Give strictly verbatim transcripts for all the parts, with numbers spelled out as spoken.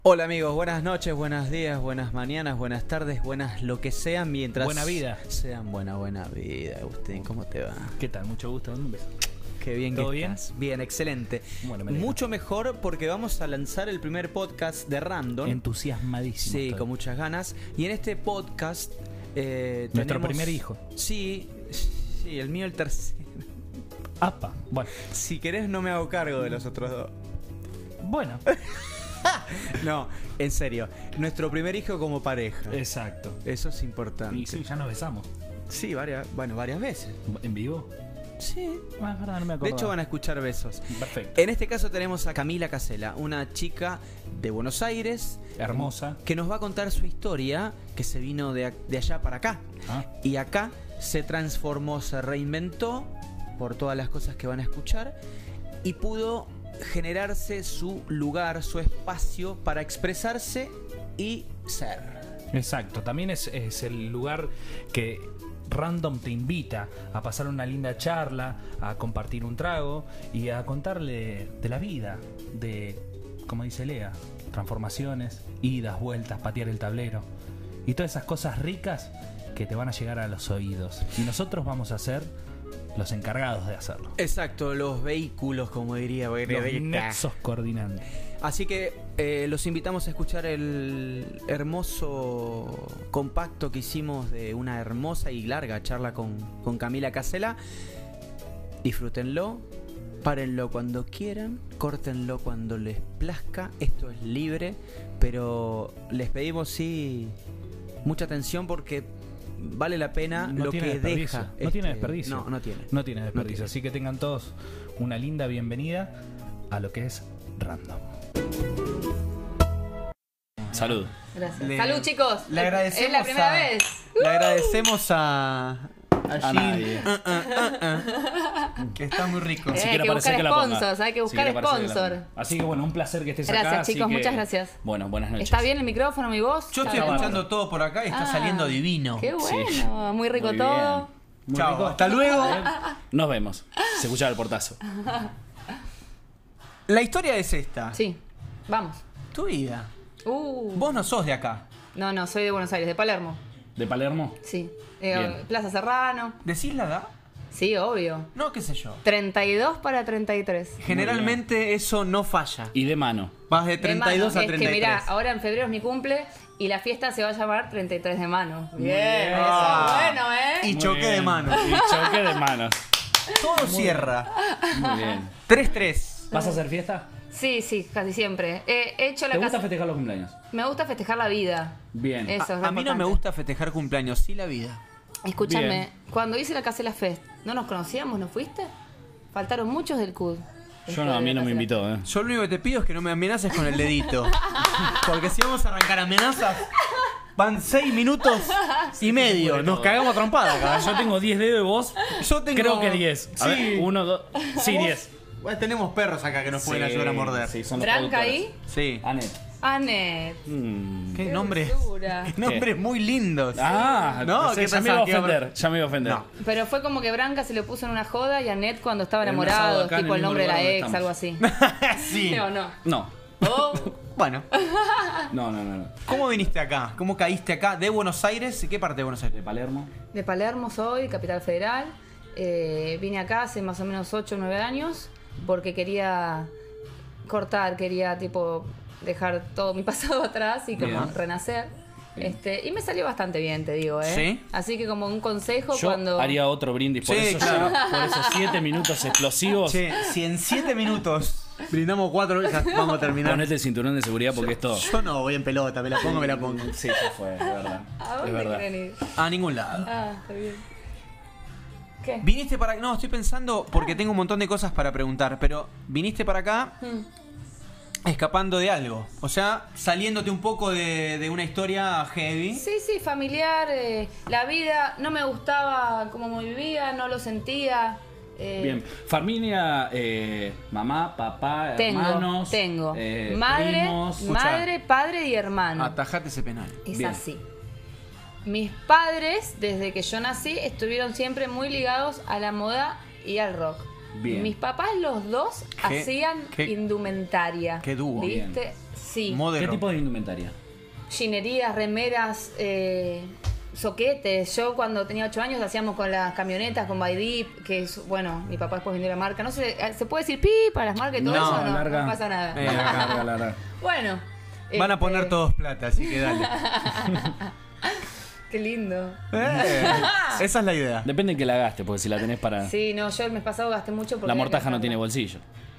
Hola amigos, buenas noches, buenos días, buenas mañanas, buenas tardes, buenas lo que sean mientras... Buena vida. Sean buena, buena vida. Agustín, ¿cómo te va? ¿Qué tal? Mucho gusto, un beso. Qué bien que ¿Todo bien? estás. Bien, excelente. Bueno, me alegro. Mucho mejor porque vamos a lanzar el primer podcast de Random. Entusiasmadísimo. Sí, estoy. con muchas ganas. Y en este podcast... Eh, Nuestro tenemos- primer hijo. Sí, sí, el mío el tercero. Apa, bueno. Si querés no me hago cargo de los otros dos. Bueno, No, en serio. Nuestro primer hijo como pareja. exacto. Eso es importante. Y sí, ya nos besamos. Sí, varias, bueno, varias veces. ¿En vivo? Sí. Ah, es verdad, no me De acuerdo. hecho van a escuchar besos. Perfecto. En este caso tenemos a Camila Casela, una chica de Buenos Aires Hermosa. que nos va a contar su historia, que se vino de, a- de allá para acá. Ah, Y acá se transformó, se reinventó por todas las cosas que van a escuchar y pudo generarse su lugar, su espacio para expresarse y ser. exacto. También es, es el lugar que Random te invita a pasar una linda charla, a compartir un trago y a contarle de la vida, de, como dice Lea, transformaciones, idas, vueltas, patear el tablero y todas esas cosas ricas que te van a llegar a los oídos. Y nosotros vamos a ser los encargados de hacerlo. Exacto, los vehículos, como diría Los Benedetta. nexos coordinantes. Así que eh, los invitamos a escuchar el hermoso compacto que hicimos de una hermosa y larga charla con, con Camila Casela. Disfrútenlo, párenlo cuando quieran, córtenlo cuando les plazca. Esto es libre, pero les pedimos sí mucha atención porque vale la pena No lo tiene que desperdicio. deja. No tiene este- desperdicio. No, no tiene. No tiene desperdicio. No tiene. Así que tengan todos una linda bienvenida a lo que es Random. Salud. Gracias. Le- Salud, chicos. Le agradecemos Es la primera a- vez. Le agradecemos a, a A Jim, nadie. ah, ah, ah, ah, que está muy rico. Eh, Si hay quiere que aparecer, buscar que la ponga. sponsors, hay que Si buscar quiere aparecer, que la sponsor. ponga. Así que bueno, un placer que estés acá. Gracias, así chicos, que- muchas gracias. Bueno, buenas noches. ¿Está bien el micrófono, mi voz? Yo ¿Está estoy bien? escuchando todo por acá y está Ah, saliendo divino. Qué Sí. bueno, muy rico Muy todo. bien. Muy Chao, rico. hasta luego. Nos vemos. Se escucha el portazo. La historia es esta. Sí, vamos. Tu vida. Uh. Vos no sos de acá. No, no, soy de Buenos Aires, de Palermo. ¿De Palermo? Sí. Eh, Bien. Plaza Serrano. ¿Decís la edad? Sí, obvio. No, qué sé yo. treinta y dos para treinta y tres. Generalmente eso no falla. Y de mano. Vas de De treinta y dos mano. a Es treinta y que tres. mirá, ahora en febrero es mi cumple y la fiesta se va a llamar treinta y tres de mano. Bien, bien. eso. Ah. Bueno, ¿eh? Y Muy choque de bien. mano. Y choque de manos. Todo cierra. Muy bien. tres tres. ¿Vas a hacer fiesta? Sí, sí, casi siempre. Eh, he hecho la ¿Te gusta casa. festejar los cumpleaños? Me gusta festejar la vida. Bien. Eso es A, lo a mí no me importante. gusta festejar cumpleaños, sí la vida. Escúchame, Bien. cuando hice la Casela Fest, ¿no nos conocíamos? ¿No fuiste? Faltaron muchos del C U D. Yo no, a mí no me invitó, ¿eh? Yo lo único que te pido es que no me amenaces con el dedito. Porque si vamos a arrancar amenazas, van seis minutos y medio. Nos cagamos a trompada acá. Yo tengo diez dedos y vos. Yo tengo... Creo que diez. A Sí. ver, uno, dos. Sí, diez. Bueno, tenemos perros acá que nos pueden Sí, ayudar a morder. Sí, son los ¿Branca productores. ahí? Sí. Anet. Anet. Mm. Qué Qué nombres. dulzura. Qué nombres muy lindos. Ah, No, no, ¿qué ya me iba a pensabas que iba a- ofender. Ya me iba a ofender. No. Pero fue como que Branca se lo puso en una joda y Anet cuando estaba En un asado enamorado, acá en tipo el el nombre de mismo la lugar ex, donde algo así. Sí. ¿Sí o no? No. Oh, Bueno, No, no, no, no. ¿cómo viniste acá? ¿Cómo caíste acá? ¿De Buenos Aires? ¿Qué parte de Buenos De Aires? Palermo. de Palermo soy, Capital Federal. Eh, vine acá hace más o menos ocho o nueve años porque quería cortar, quería tipo dejar todo mi pasado atrás y como Bien. renacer. Bien. Este, y me salió bastante bien, te digo, ¿eh? ¿Sí? Así que como un consejo Yo cuando... haría otro brindis por Sí, eso claro. ya- por esos siete minutos explosivos. Che, si en siete minutos brindamos cuatro veces, vamos a terminar. Ponete el cinturón de seguridad porque esto. Yo no voy en pelota, me la pongo, me la pongo. Sí, ya fue, de verdad. ¿A Es dónde verdad. quieren ir? A ningún lado. Ah, está bien. ¿Qué? Viniste para... No, estoy pensando porque tengo un montón de cosas para preguntar, pero viniste para acá Hmm. escapando de algo. O sea, saliéndote un poco de, de una historia heavy. Sí, sí, familiar. eh, la vida no me gustaba como me vivía, no lo sentía. eh, Bien. Familia, eh, mamá, papá, Tengo, hermanos. tengo. eh, madre, primos. madre, padre y hermano. Atajate ese penal. Es Bien. así. Mis padres, desde que yo nací, estuvieron siempre muy ligados a la moda y al rock. Bien. Mis papás, los dos, Qué- hacían qué- indumentaria. qué dúo. ¿Viste? Bien. Sí. Modo de ¿Qué rock. tipo de indumentaria? Ginerías, remeras, eh, soquetes. Yo cuando tenía ocho años hacíamos con las camionetas, con Baidip, que es, bueno, mi papá después vendió la marca. No sé, ¿se puede decir pi para las marcas y todo No, eso? No, larga. no pasa nada. Eh, Larga, larga. Bueno. Van a este, poner todos plata, así que dale. Qué lindo. Eh, esa es la idea. Depende en que la gaste, porque si la tenés para... Sí, no, yo el mes pasado gasté mucho porque... La había que mortaja no gastarla. tiene bolsillo.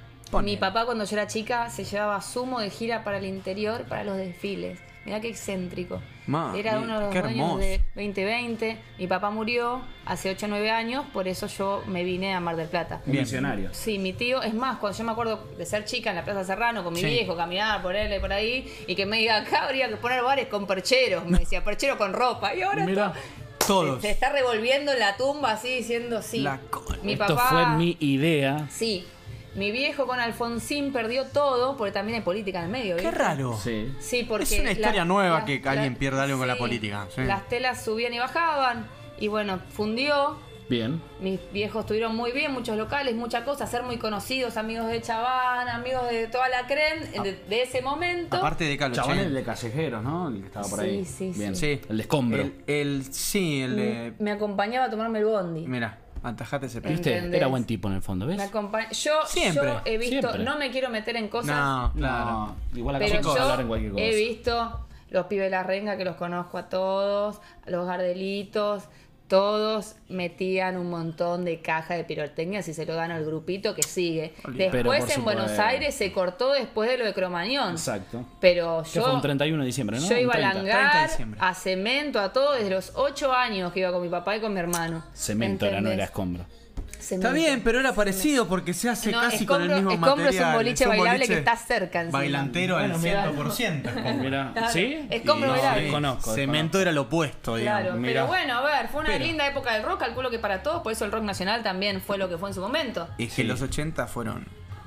Mi papá cuando yo era chica se llevaba sumo de gira para el interior, para los desfiles. Mirá qué excéntrico. Ma, Era uno de los qué dueños hermoso. de veinte veinte. Mi papá murió hace ocho o nueve años, por eso yo me vine a Mar del Plata. Un misionario. Sí, mi tío, es más, cuando yo me acuerdo de ser chica en la Plaza Serrano con mi Sí. viejo, caminar por él y por ahí, y que me diga, acá habría que poner bares con percheros. Me decía, perchero con ropa. Y ahora Mira, Todos. se está revolviendo en la tumba así, diciendo sí. La cola. Mi esto papá, fue mi idea. Sí. Mi viejo con Alfonsín perdió todo, porque también hay política en el medio. Qué ¿viste? raro. Sí. Sí, porque Es una historia las- nueva las- que la- alguien pierda algo con la sí, política, sí. Las telas subían y bajaban. Y bueno, fundió. Bien. Mis viejos estuvieron muy bien, muchos locales, muchas cosas, ser muy conocidos, amigos de Chaván, amigos de toda la creen de, de ese momento. Aparte de Calo Chabón Chen. el de callejeros, ¿no? El que estaba por Sí, ahí. sí, Bien. Sí. El de escombro. El, el- sí, el de. me acompañaba a tomarme el bondi. Mira, atajate ese pelo. ¿Viste? ¿entendés? Era buen tipo en el fondo, ¿ves? Me acompaña- yo, Siempre, yo he visto, siempre. no me quiero meter en cosas, No, claro. No, igual acá pero chicos yo hablar en cualquier cosa. he visto los pibes de la renga, que los conozco a todos, los gardelitos, todos metían un montón de caja de pirotecnia si se lo gana el grupito que sigue. Olvidate. Pero Después por en Buenos supuesto. Aires se cortó después de lo de Cromañón. Exacto. Pero Que yo, fue un treinta y uno de diciembre, ¿no? yo Un iba a treinta. treinta de langar, diciembre. a cemento, a todo, desde los ocho años que iba con mi papá y con mi hermano. Cemento era, no ¿Entendés? era escombro. Cemento. Está bien, pero era parecido porque se hace No, casi con el Escombro- mismo Escombro es un material. boliche bailable que está cerca encima. Bailantero Bueno, al mira. cien por ciento. Mira, Claro. ¿sí? Escombro Y- bailable. no, conozco. Cemento era lo opuesto, digamos. Claro, Mirá. pero bueno, a ver, fue una Pero- linda época del rock, calculo que para todos, por eso el rock nacional también fue lo que fue en su momento. Es que Sí. los ochenta fueron.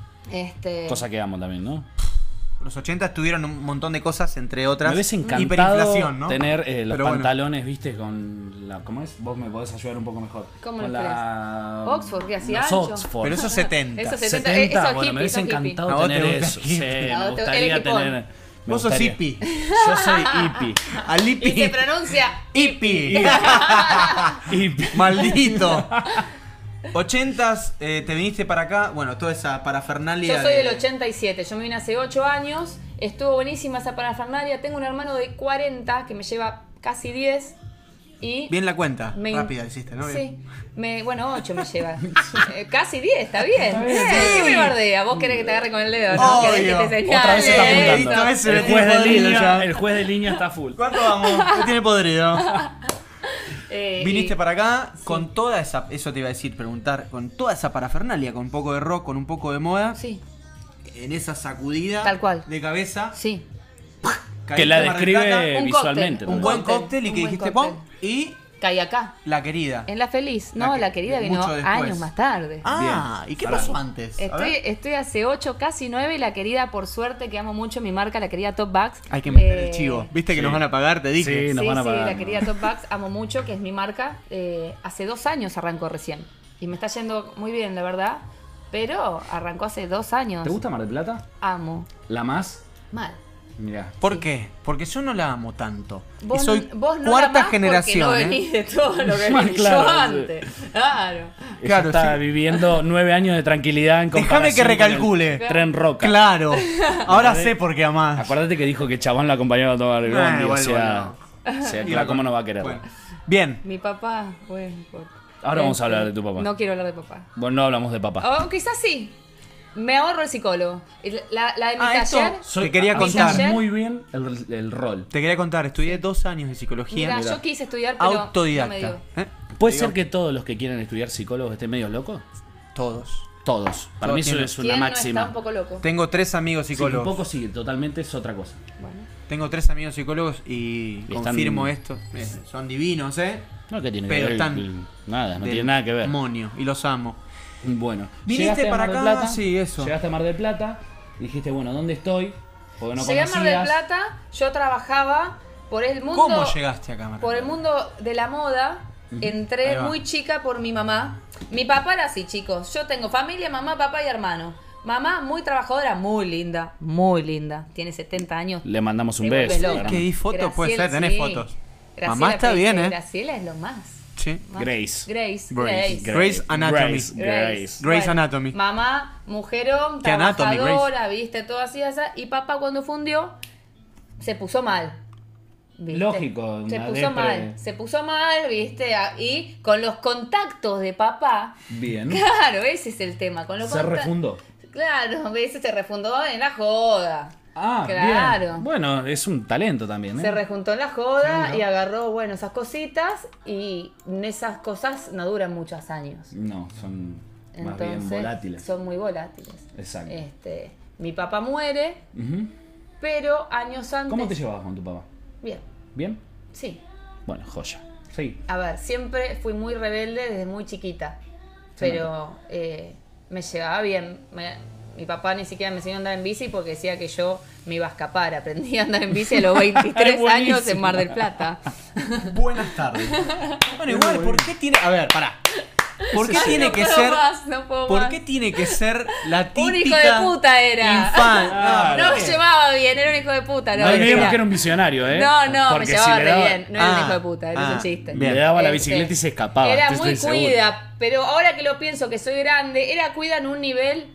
Este, Cosa que amo también, ¿no? Los ochenta tuvieron un montón de cosas, entre otras. Me hubiese encantado hiperinflación, ¿no? tener eh, los Pero bueno. pantalones, viste, con la... ¿Cómo es? Vos me podés ayudar un poco mejor. ¿Cómo con lo la... Oxford, que hacía los ancho. Oxford. Pero esos setenta. Eso se- setenta, setenta, eso es bueno, me hippie, eso hubiese es hippie. encantado A vos te tener gusta eso. hippie. Sí, A me vos te- gustaría eres hipón. tener... me Vos sos gustaría- hippie. Yo soy hippie. Al Y hippie. se pronuncia Hippie. Hippie. Maldito. Ochentas, eh, te viniste para acá. Bueno, toda esa parafernalia. Yo soy de- del ochenta y siete, yo me vine hace ocho años, estuvo buenísima esa parafernalia, tengo un hermano de cuarenta que me lleva casi diez y... Bien la cuenta. me- Rápida hiciste, ¿no? Sí, Bien. me, bueno, ocho me lleva. Eh, casi diez, está bien. Eh, ¿Qué me bardea? ¿Vos querés que te agarre con el dedo? ¿No? Obvio. ¿Querés que te señale? Otra vez se está Eh, apuntando. esta vez se El me juez, tiene de podrido línea, ya. el juez de línea está full. ¿Cuánto vamos? ¿Qué tiene podrido? Eh, Viniste y- para acá con toda esa. Eso te iba a decir, preguntar. Con toda esa parafernalia, con un poco de rock, con un poco de moda. Sí, En esa sacudida. Tal cual. De cabeza. sí. caíste Que la en Mar del describe Plata, Un visualmente. cóctel, Un ¿no? buen cóctel, cóctel y un que buen dijiste cóctel. pum. Y Caí acá, la querida. en La Feliz. La No, que- la querida vino mucho después. años más tarde. Ah, ¿y qué Pará. pasó antes? A Estoy, ver. estoy hace ocho, casi nueve, y la querida, por suerte, que amo mucho mi marca, la querida Top Bags. Hay que meter Eh, el chivo. ¿Viste que sí. nos van a pagar? Te dije. Sí, nos sí, van a sí, pagar. la querida Top Bags, amo mucho, que es mi marca. Eh, hace dos años arrancó recién. Y me está yendo muy bien, la verdad. Pero arrancó hace dos años. ¿Te gusta Mar del Plata? Amo. ¿La más? Mal. Mira. ¿Por qué? Porque yo no la amo tanto. Vos, y soy vos no la cuarta amás generación. porque no ¿eh? venís de todo lo que Claro, viví claro, yo sí. antes. Claro. Ella Claro, está sí. viviendo nueve años de tranquilidad en Déjame comparación que con el recalcule. Tren Roca. Claro. Ahora sé por qué amás. Acuérdate que dijo que Chabón la acompañaba a tomar el Ah, bondi, o igual, sea, bueno. o sea, Iba claro, ¿cómo con- no va a querer? Bueno. Bien. Mi papá, bueno. por- Ahora vamos a este, hablar de tu papá. No quiero hablar de papá. Bueno, no hablamos de papá. O quizás sí. Me ahorro el psicólogo. El- La, la de mi Ah, esto- taller. Te quería asumo contar. muy bien el, el rol. Te quería contar, estudié dos años de psicología. Mira, yo quise estudiar, pero no me Autodidacta. dio. ¿eh? ¿Puede Digo, ser que todos los que quieren estudiar psicólogos estén medios locos? Todos. Todos. Para Todos mí eso tienen- es una ¿Quién máxima. no está un poco loco? Tengo tres amigos Sí, un psicólogos. poco sí, totalmente es otra cosa. Bueno. Tengo tres amigos psicólogos y, Y están- confirmo esto. Eh, Son divinos, ¿eh? No, que tiene Pero que ver. están el- Nada, no Del tiene nada que ver. Monio, y los amo. Bueno, ¿Viniste llegaste a para Mar del acá? Plata, Sí, eso. Llegaste a Mar del Plata, dijiste, bueno, ¿dónde estoy? Porque no Llegué a Mar del conocías. Plata, yo trabajaba por el mundo. ¿Cómo llegaste acá, Mar del Por el Plata? mundo de la moda. Ahí Entré va. muy chica por mi mamá. Mi papá era así, chicos. Yo tengo familia, mamá, papá y hermano. Mamá muy trabajadora, muy linda, muy linda. Tiene setenta años. Le mandamos un Te vuelves beso. loca. ¿verdad? ¿Qué di fotos? Puede Graciela, ser, tenés sí. fotos. Graciela Mamá está Pérez, bien, ¿eh? Graciela es lo más. Sí. Más. Grace. Grace. Grace. Grace. Grey's Anatomy. Grace. Grey's Bueno, Anatomy. Mamá, mujerón, ¿Qué Anatomy, trabajadora, viste, todo así, así. Y papá cuando fundió, se puso mal. ¿viste? Lógico, Se una puso depre. mal. Se puso mal, viste. a- Y con los contactos de papá. Bien. Claro, ese es el tema. Con los Se conta- refundó. Claro, ese se refundó en la joda. Ah, Claro. bien. Bueno, es un talento también, ¿eh? Se rejuntó en la joda Sí, ¿no? y agarró, bueno, esas cositas. Y esas cosas no duran muchos años. No, son más bien Entonces, volátiles. son muy volátiles. Exacto. Este, mi papá muere, Ujú. pero años antes. ¿Cómo te llevabas con tu papá? Bien, ¿Bien? sí. Bueno, joya. Sí. A ver, siempre fui muy rebelde desde muy chiquita. Se Pero eh, me llevaba bien. Me- mi papá ni siquiera me enseñó a andar en bici porque decía que yo me iba a escapar. Aprendí a andar en bici a los veintitrés Buenísimo. años en Mar del Plata. Buenas tardes. Bueno, igual, ¿por qué tiene. A ver, pará. ¿Por qué Ay, tiene no que puedo ser. más, no puedo ¿Por más. qué tiene que ser la típica. Un hijo de puta era. Infan. Claro. No me llevaba bien, era un hijo de puta. No, No olvidemos mentira. que era un visionario, ¿eh? No, no, Porque me llevaba si le re daba- bien. No era un Ah, hijo de puta, era ah, un chiste. bien. Le daba la Este, bicicleta y se escapaba. Era te muy estoy seguro. cuida, pero ahora que lo pienso que soy grande, era cuida en un nivel.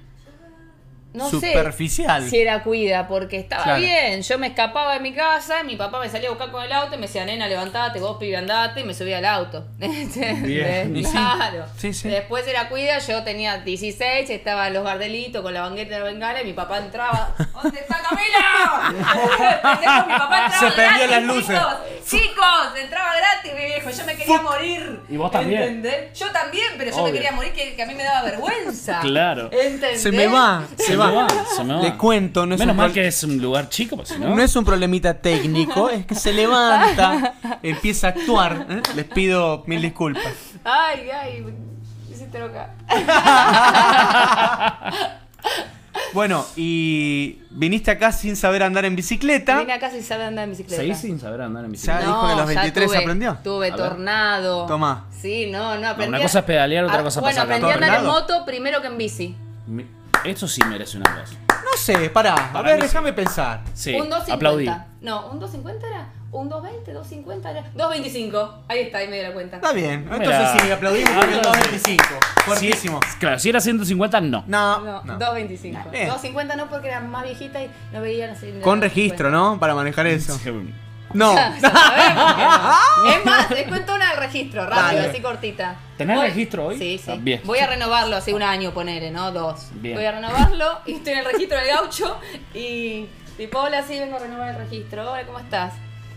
No Superficial. sé si era cuida, porque estaba Claro. bien. Yo me escapaba de mi casa, mi papá me salía a buscar con el auto y me decía, nena, levantate, vos pibe andate, y me subía al auto. Bien, y sí. Claro. Sí, sí. Después era cuida, yo tenía dieciséis, estaban los gardelitos con la banqueta de la bengala y mi papá entraba. ¿Dónde está Camila? Pendejo, mi papá entraba Se prendió gratis, las luces. Chicos, chicos, entraba gratis, mi viejo. Yo me quería morir. Y vos también. ¿Entendés? Yo también, pero yo Obvio. me quería morir que, que a mí me daba vergüenza. Claro. ¿Entendés? Se me va, se, Se va. me va, se me va. Le cuento, no es, Menos un mal pro- que es un lugar chico, pues si no. no es un problemita técnico, es que se levanta, empieza a actuar. ¿eh? Les pido mil disculpas. Ay, ay, me hiciste loca. Bueno, y viniste acá sin saber andar en bicicleta. Vine acá sin saber andar en bicicleta. ¿Seguís sin saber andar en Ya bicicleta? dijo que a los ya veintitrés tuve, aprendió. Tuve A ver. tornado. Tomá. Sí, no, no, aprendí. una cosa es pedalear, otra Ah, cosa bueno, pasar aprendí a andar en ¿Tornado? moto primero que en bici. Mi- Esto sí merece un abrazo. No sé, pará. A Para ver, mí sí. déjame pensar. Sí, un dos aplaudí. cincuenta. No, un dos cincuenta era. Un dos veinte, dos cincuenta era. dos veinticinco. Ahí está, ahí me di la cuenta. Está bien. Entonces Mira. sí, aplaudimos porque el dos veinticinco. Fuertísimo. Si- claro, si era ciento cincuenta, no. No, No, no. dos veinticinco. Bien. dos cincuenta no porque era más viejita y no veía así. Con registro, ¿no? Para manejar eso. No. Ya sabemos que no. Es más, les cuento una del registro, rápido, Dale. así cortita. ¿Tenés Voy- registro hoy? Sí, sí. Ah, bien. Voy a renovarlo hace un año, ponele, ¿no? Dos. Bien. Voy a renovarlo y estoy en el registro del gaucho y tipo, hola, sí, vengo a renovar el registro. Hola, ¿cómo estás?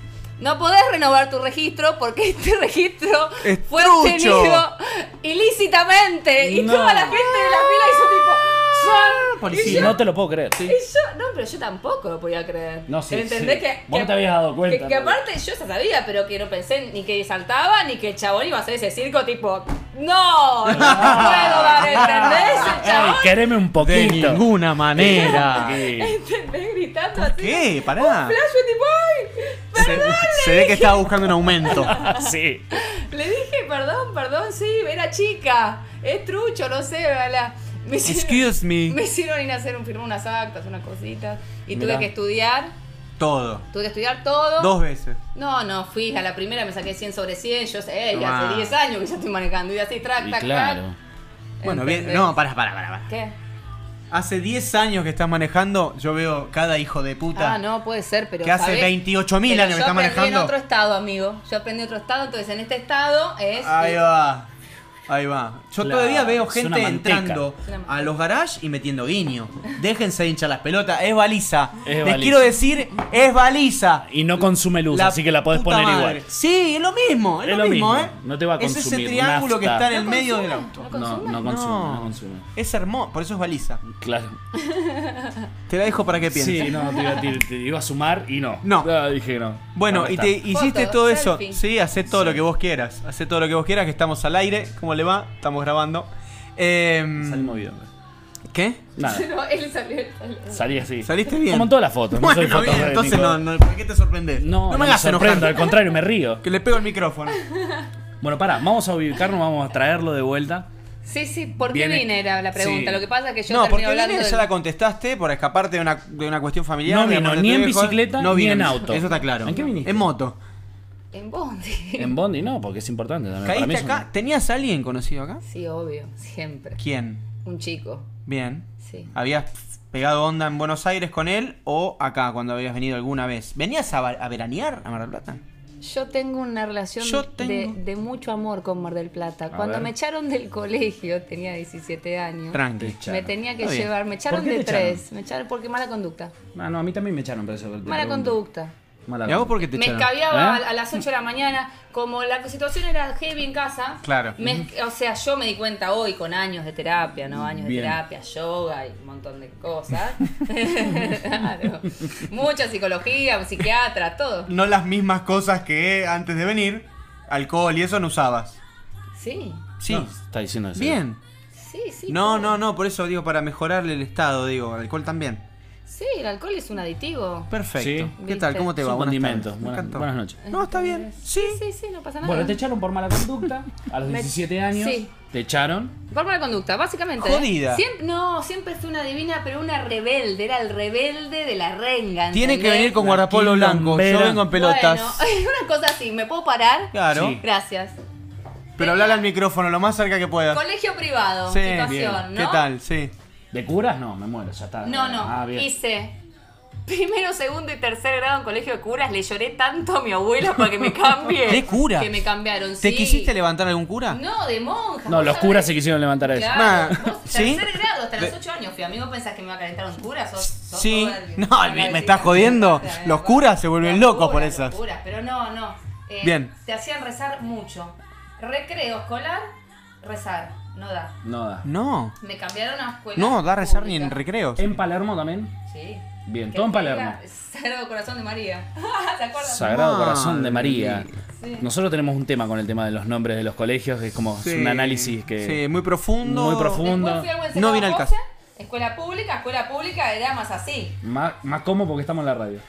No podés renovar tu registro porque este registro Es fue trucho. obtenido ilícitamente. Y No. toda la gente de la fila hizo tipo, son Policía. Y yo, No te lo puedo creer. y yo, no, pero yo tampoco lo podía creer. No, sí, ¿Entendés sí. que, Vos que- no te habías dado cuenta, Que, que ¿no? aparte yo ya sabía, pero que no pensé ni que saltaba, ni que el chabón iba a hacer ese circo tipo, no, no puedo dar, ¿entendés? El Ay, chabón, quereme un De poquito. ninguna manera. Sí. ¿entendés? Gritando así. ¿Qué? Un Pará. flash fue tipo, ay, Se, se ve que estaba buscando un aumento. Sí. le dije, perdón, perdón, sí, era chica, es trucho, no sé, bla, bla. Me hicieron, Excuse me. me hicieron ir a hacer un firmar unas actas, unas cositas, y Mirá. tuve que estudiar, Todo. tuve que estudiar todo. Dos veces. No, no, fui a la primera, me saqué cien sobre cien, yo sé, ey, Ah. hace diez años que ya estoy manejando, y así, trac, Y tac, claro. tac. Bueno, bien. ¿Entendés? No, pará, pará, pará. pará. ¿Qué? Hace diez años que estás manejando, yo veo cada hijo de puta Ah, no, puede ser, pero que hace ¿sabés? veintiocho mil Pero años que yo está aprendí manejando. en otro estado, amigo. Yo aprendí en otro estado, entonces en este estado es... Ahí va. Ahí va. Yo Claro, todavía veo es gente una manteca. entrando Es una manteca. a los garages y metiendo guiño. Déjense de hinchar las pelotas. Es baliza. Es Les baliza. quiero decir, es baliza. Y no consume luz, así que la podés puta poner madre. igual. Sí, es lo mismo. Es, Es lo lo mismo, mismo. ¿eh? No te va a Es ese consumir triángulo que nafta. está en el ¿No medio consume? del auto. ¿No No, consume? no consume, no consume. Es hermoso, por eso es baliza. Claro. Te la dejo para que pienses. Sí, no, te iba, te- te iba a sumar y no. No. Ah, dije no. Bueno, Acá y está. te hiciste Foto, todo eso. selfie. Sí, hacé todo lo que vos quieras. Hacé todo lo que vos quieras, que estamos al aire. ¿Cómo le va? Estamos grabando. Eh, Salimos bien. ¿Qué? Nada. No, él salió, él salió. Salí así. Saliste bien. Como en todas las fotos. No Bueno, soy bien, fotógrafo. entonces no, no, ¿por qué te sorprendes? No, no me hagas sorprendo, enojar. al contrario, me río. Que le pego el micrófono. Bueno, pará, vamos a ubicarnos, vamos a traerlo de vuelta. Sí, sí, ¿por qué Viene- vine? Era la pregunta. sí. Lo que pasa es que yo No, porque termino hablando. viene, del- ya la contestaste por escaparte de una, de una cuestión familiar. No vino digamos, de ni tu en viejo. bicicleta No ni vino en auto. Eso está claro. ¿En qué viniste? En moto. En Bondi. En Bondi no, porque es importante también. Para mí ¿Caíste es acá? una- ¿Tenías a alguien conocido acá? Sí, obvio, siempre. ¿Quién? Un chico, Bien. sí. ¿Habías pegado onda en Buenos Aires con él o acá cuando habías venido alguna vez? ¿Venías a, va- a veranear a Mar del Plata? Yo tengo una relación Yo de, tengo- de mucho amor con Mar del Plata. A Cuando ver. me echaron del colegio, tenía diecisiete años. Tranqui. echaron. Me tenía que Está bien. llevar, me echaron ¿Por qué de te echaron? tres. Me echaron porque mala conducta. Ah, no, a mí también me echaron preso. te Mala pregunto. conducta. Mala ¿Y a vos conducta. por qué te Me echaron? escabiaba ¿Eh? a, a las ocho de la mañana. Como la situación era heavy en casa. Claro. me- o sea, yo me di cuenta hoy con años de terapia, ¿no? Años Bien. de terapia, yoga y un montón de cosas. Claro. Mucha psicología, un psiquiatra, todo. No las mismas cosas que antes de venir. Alcohol y eso no usabas. Sí, Sí. No, está diciendo eso. Bien. sí, sí. No, todo. no, no, por eso digo para mejorarle el estado, digo, alcohol también. Sí, el alcohol es un aditivo. Perfecto. Sí. ¿Qué tal? ¿Viste? ¿Cómo te Es va? un Buenas condimento. tardes. Me Buenas, encantó. buenas noches. No, está bien. Sí. Sí, sí, no pasa nada. Bueno, te echaron por mala conducta a los Me- diecisiete años. sí. Te echaron. Por mala conducta, básicamente. Jodida. ¿eh? Siempre, no, siempre fui una divina, pero una rebelde. Era el rebelde de la renga. Tiene que ¿entendés? venir con La guardapolvo blanco. Yo quilombera. vengo en pelotas. Bueno, una cosa así, ¿me puedo parar? Claro. Sí. Gracias. Pero hablale al micrófono lo más cerca que puedas. Colegio privado, Sí, situación, bien. ¿no? ¿Qué tal? Sí. ¿De curas? No, me muero, ya está. No, no. Ah, bien. Hice primero, segundo y tercer grado en colegio de curas. Le lloré tanto a mi abuela para que me cambie. ¿De curas? Que me cambiaron, ¿Te sí. quisiste levantar algún cura? No, de monja. No, vos los sabés. curas se quisieron levantar a eso. Claro. Ma, Vos, ¿sí? tercer grado, hasta los De- ocho años fui. Amigo, ¿pensás que me iba a calentar un cura? Sos, sos Sí. toda el- No, toda me- la me estás visita. jodiendo. Claro, Los claro. curas se vuelven Los locos por curas, esas. los curas, pero no, no. Eh, Bien. Te hacían rezar mucho. Recreo escolar, rezar. No da. No da. No. Me cambiaron a escuela. No, da a rezar ni en pública. recreos. ¿En Palermo también? Sí. Bien, Que todo en tenga Palermo. Sagrado Corazón de María. ¿Se acuerdan? Sagrado Madre Corazón de María. Sí. Nosotros tenemos un tema con el tema de los nombres de los colegios, que es como es un análisis que... Sí, muy profundo. Muy profundo. Después fui a buen No viene al José, caso. Escuela pública, escuela pública era más así. Más, más cómodo porque estamos en la radio.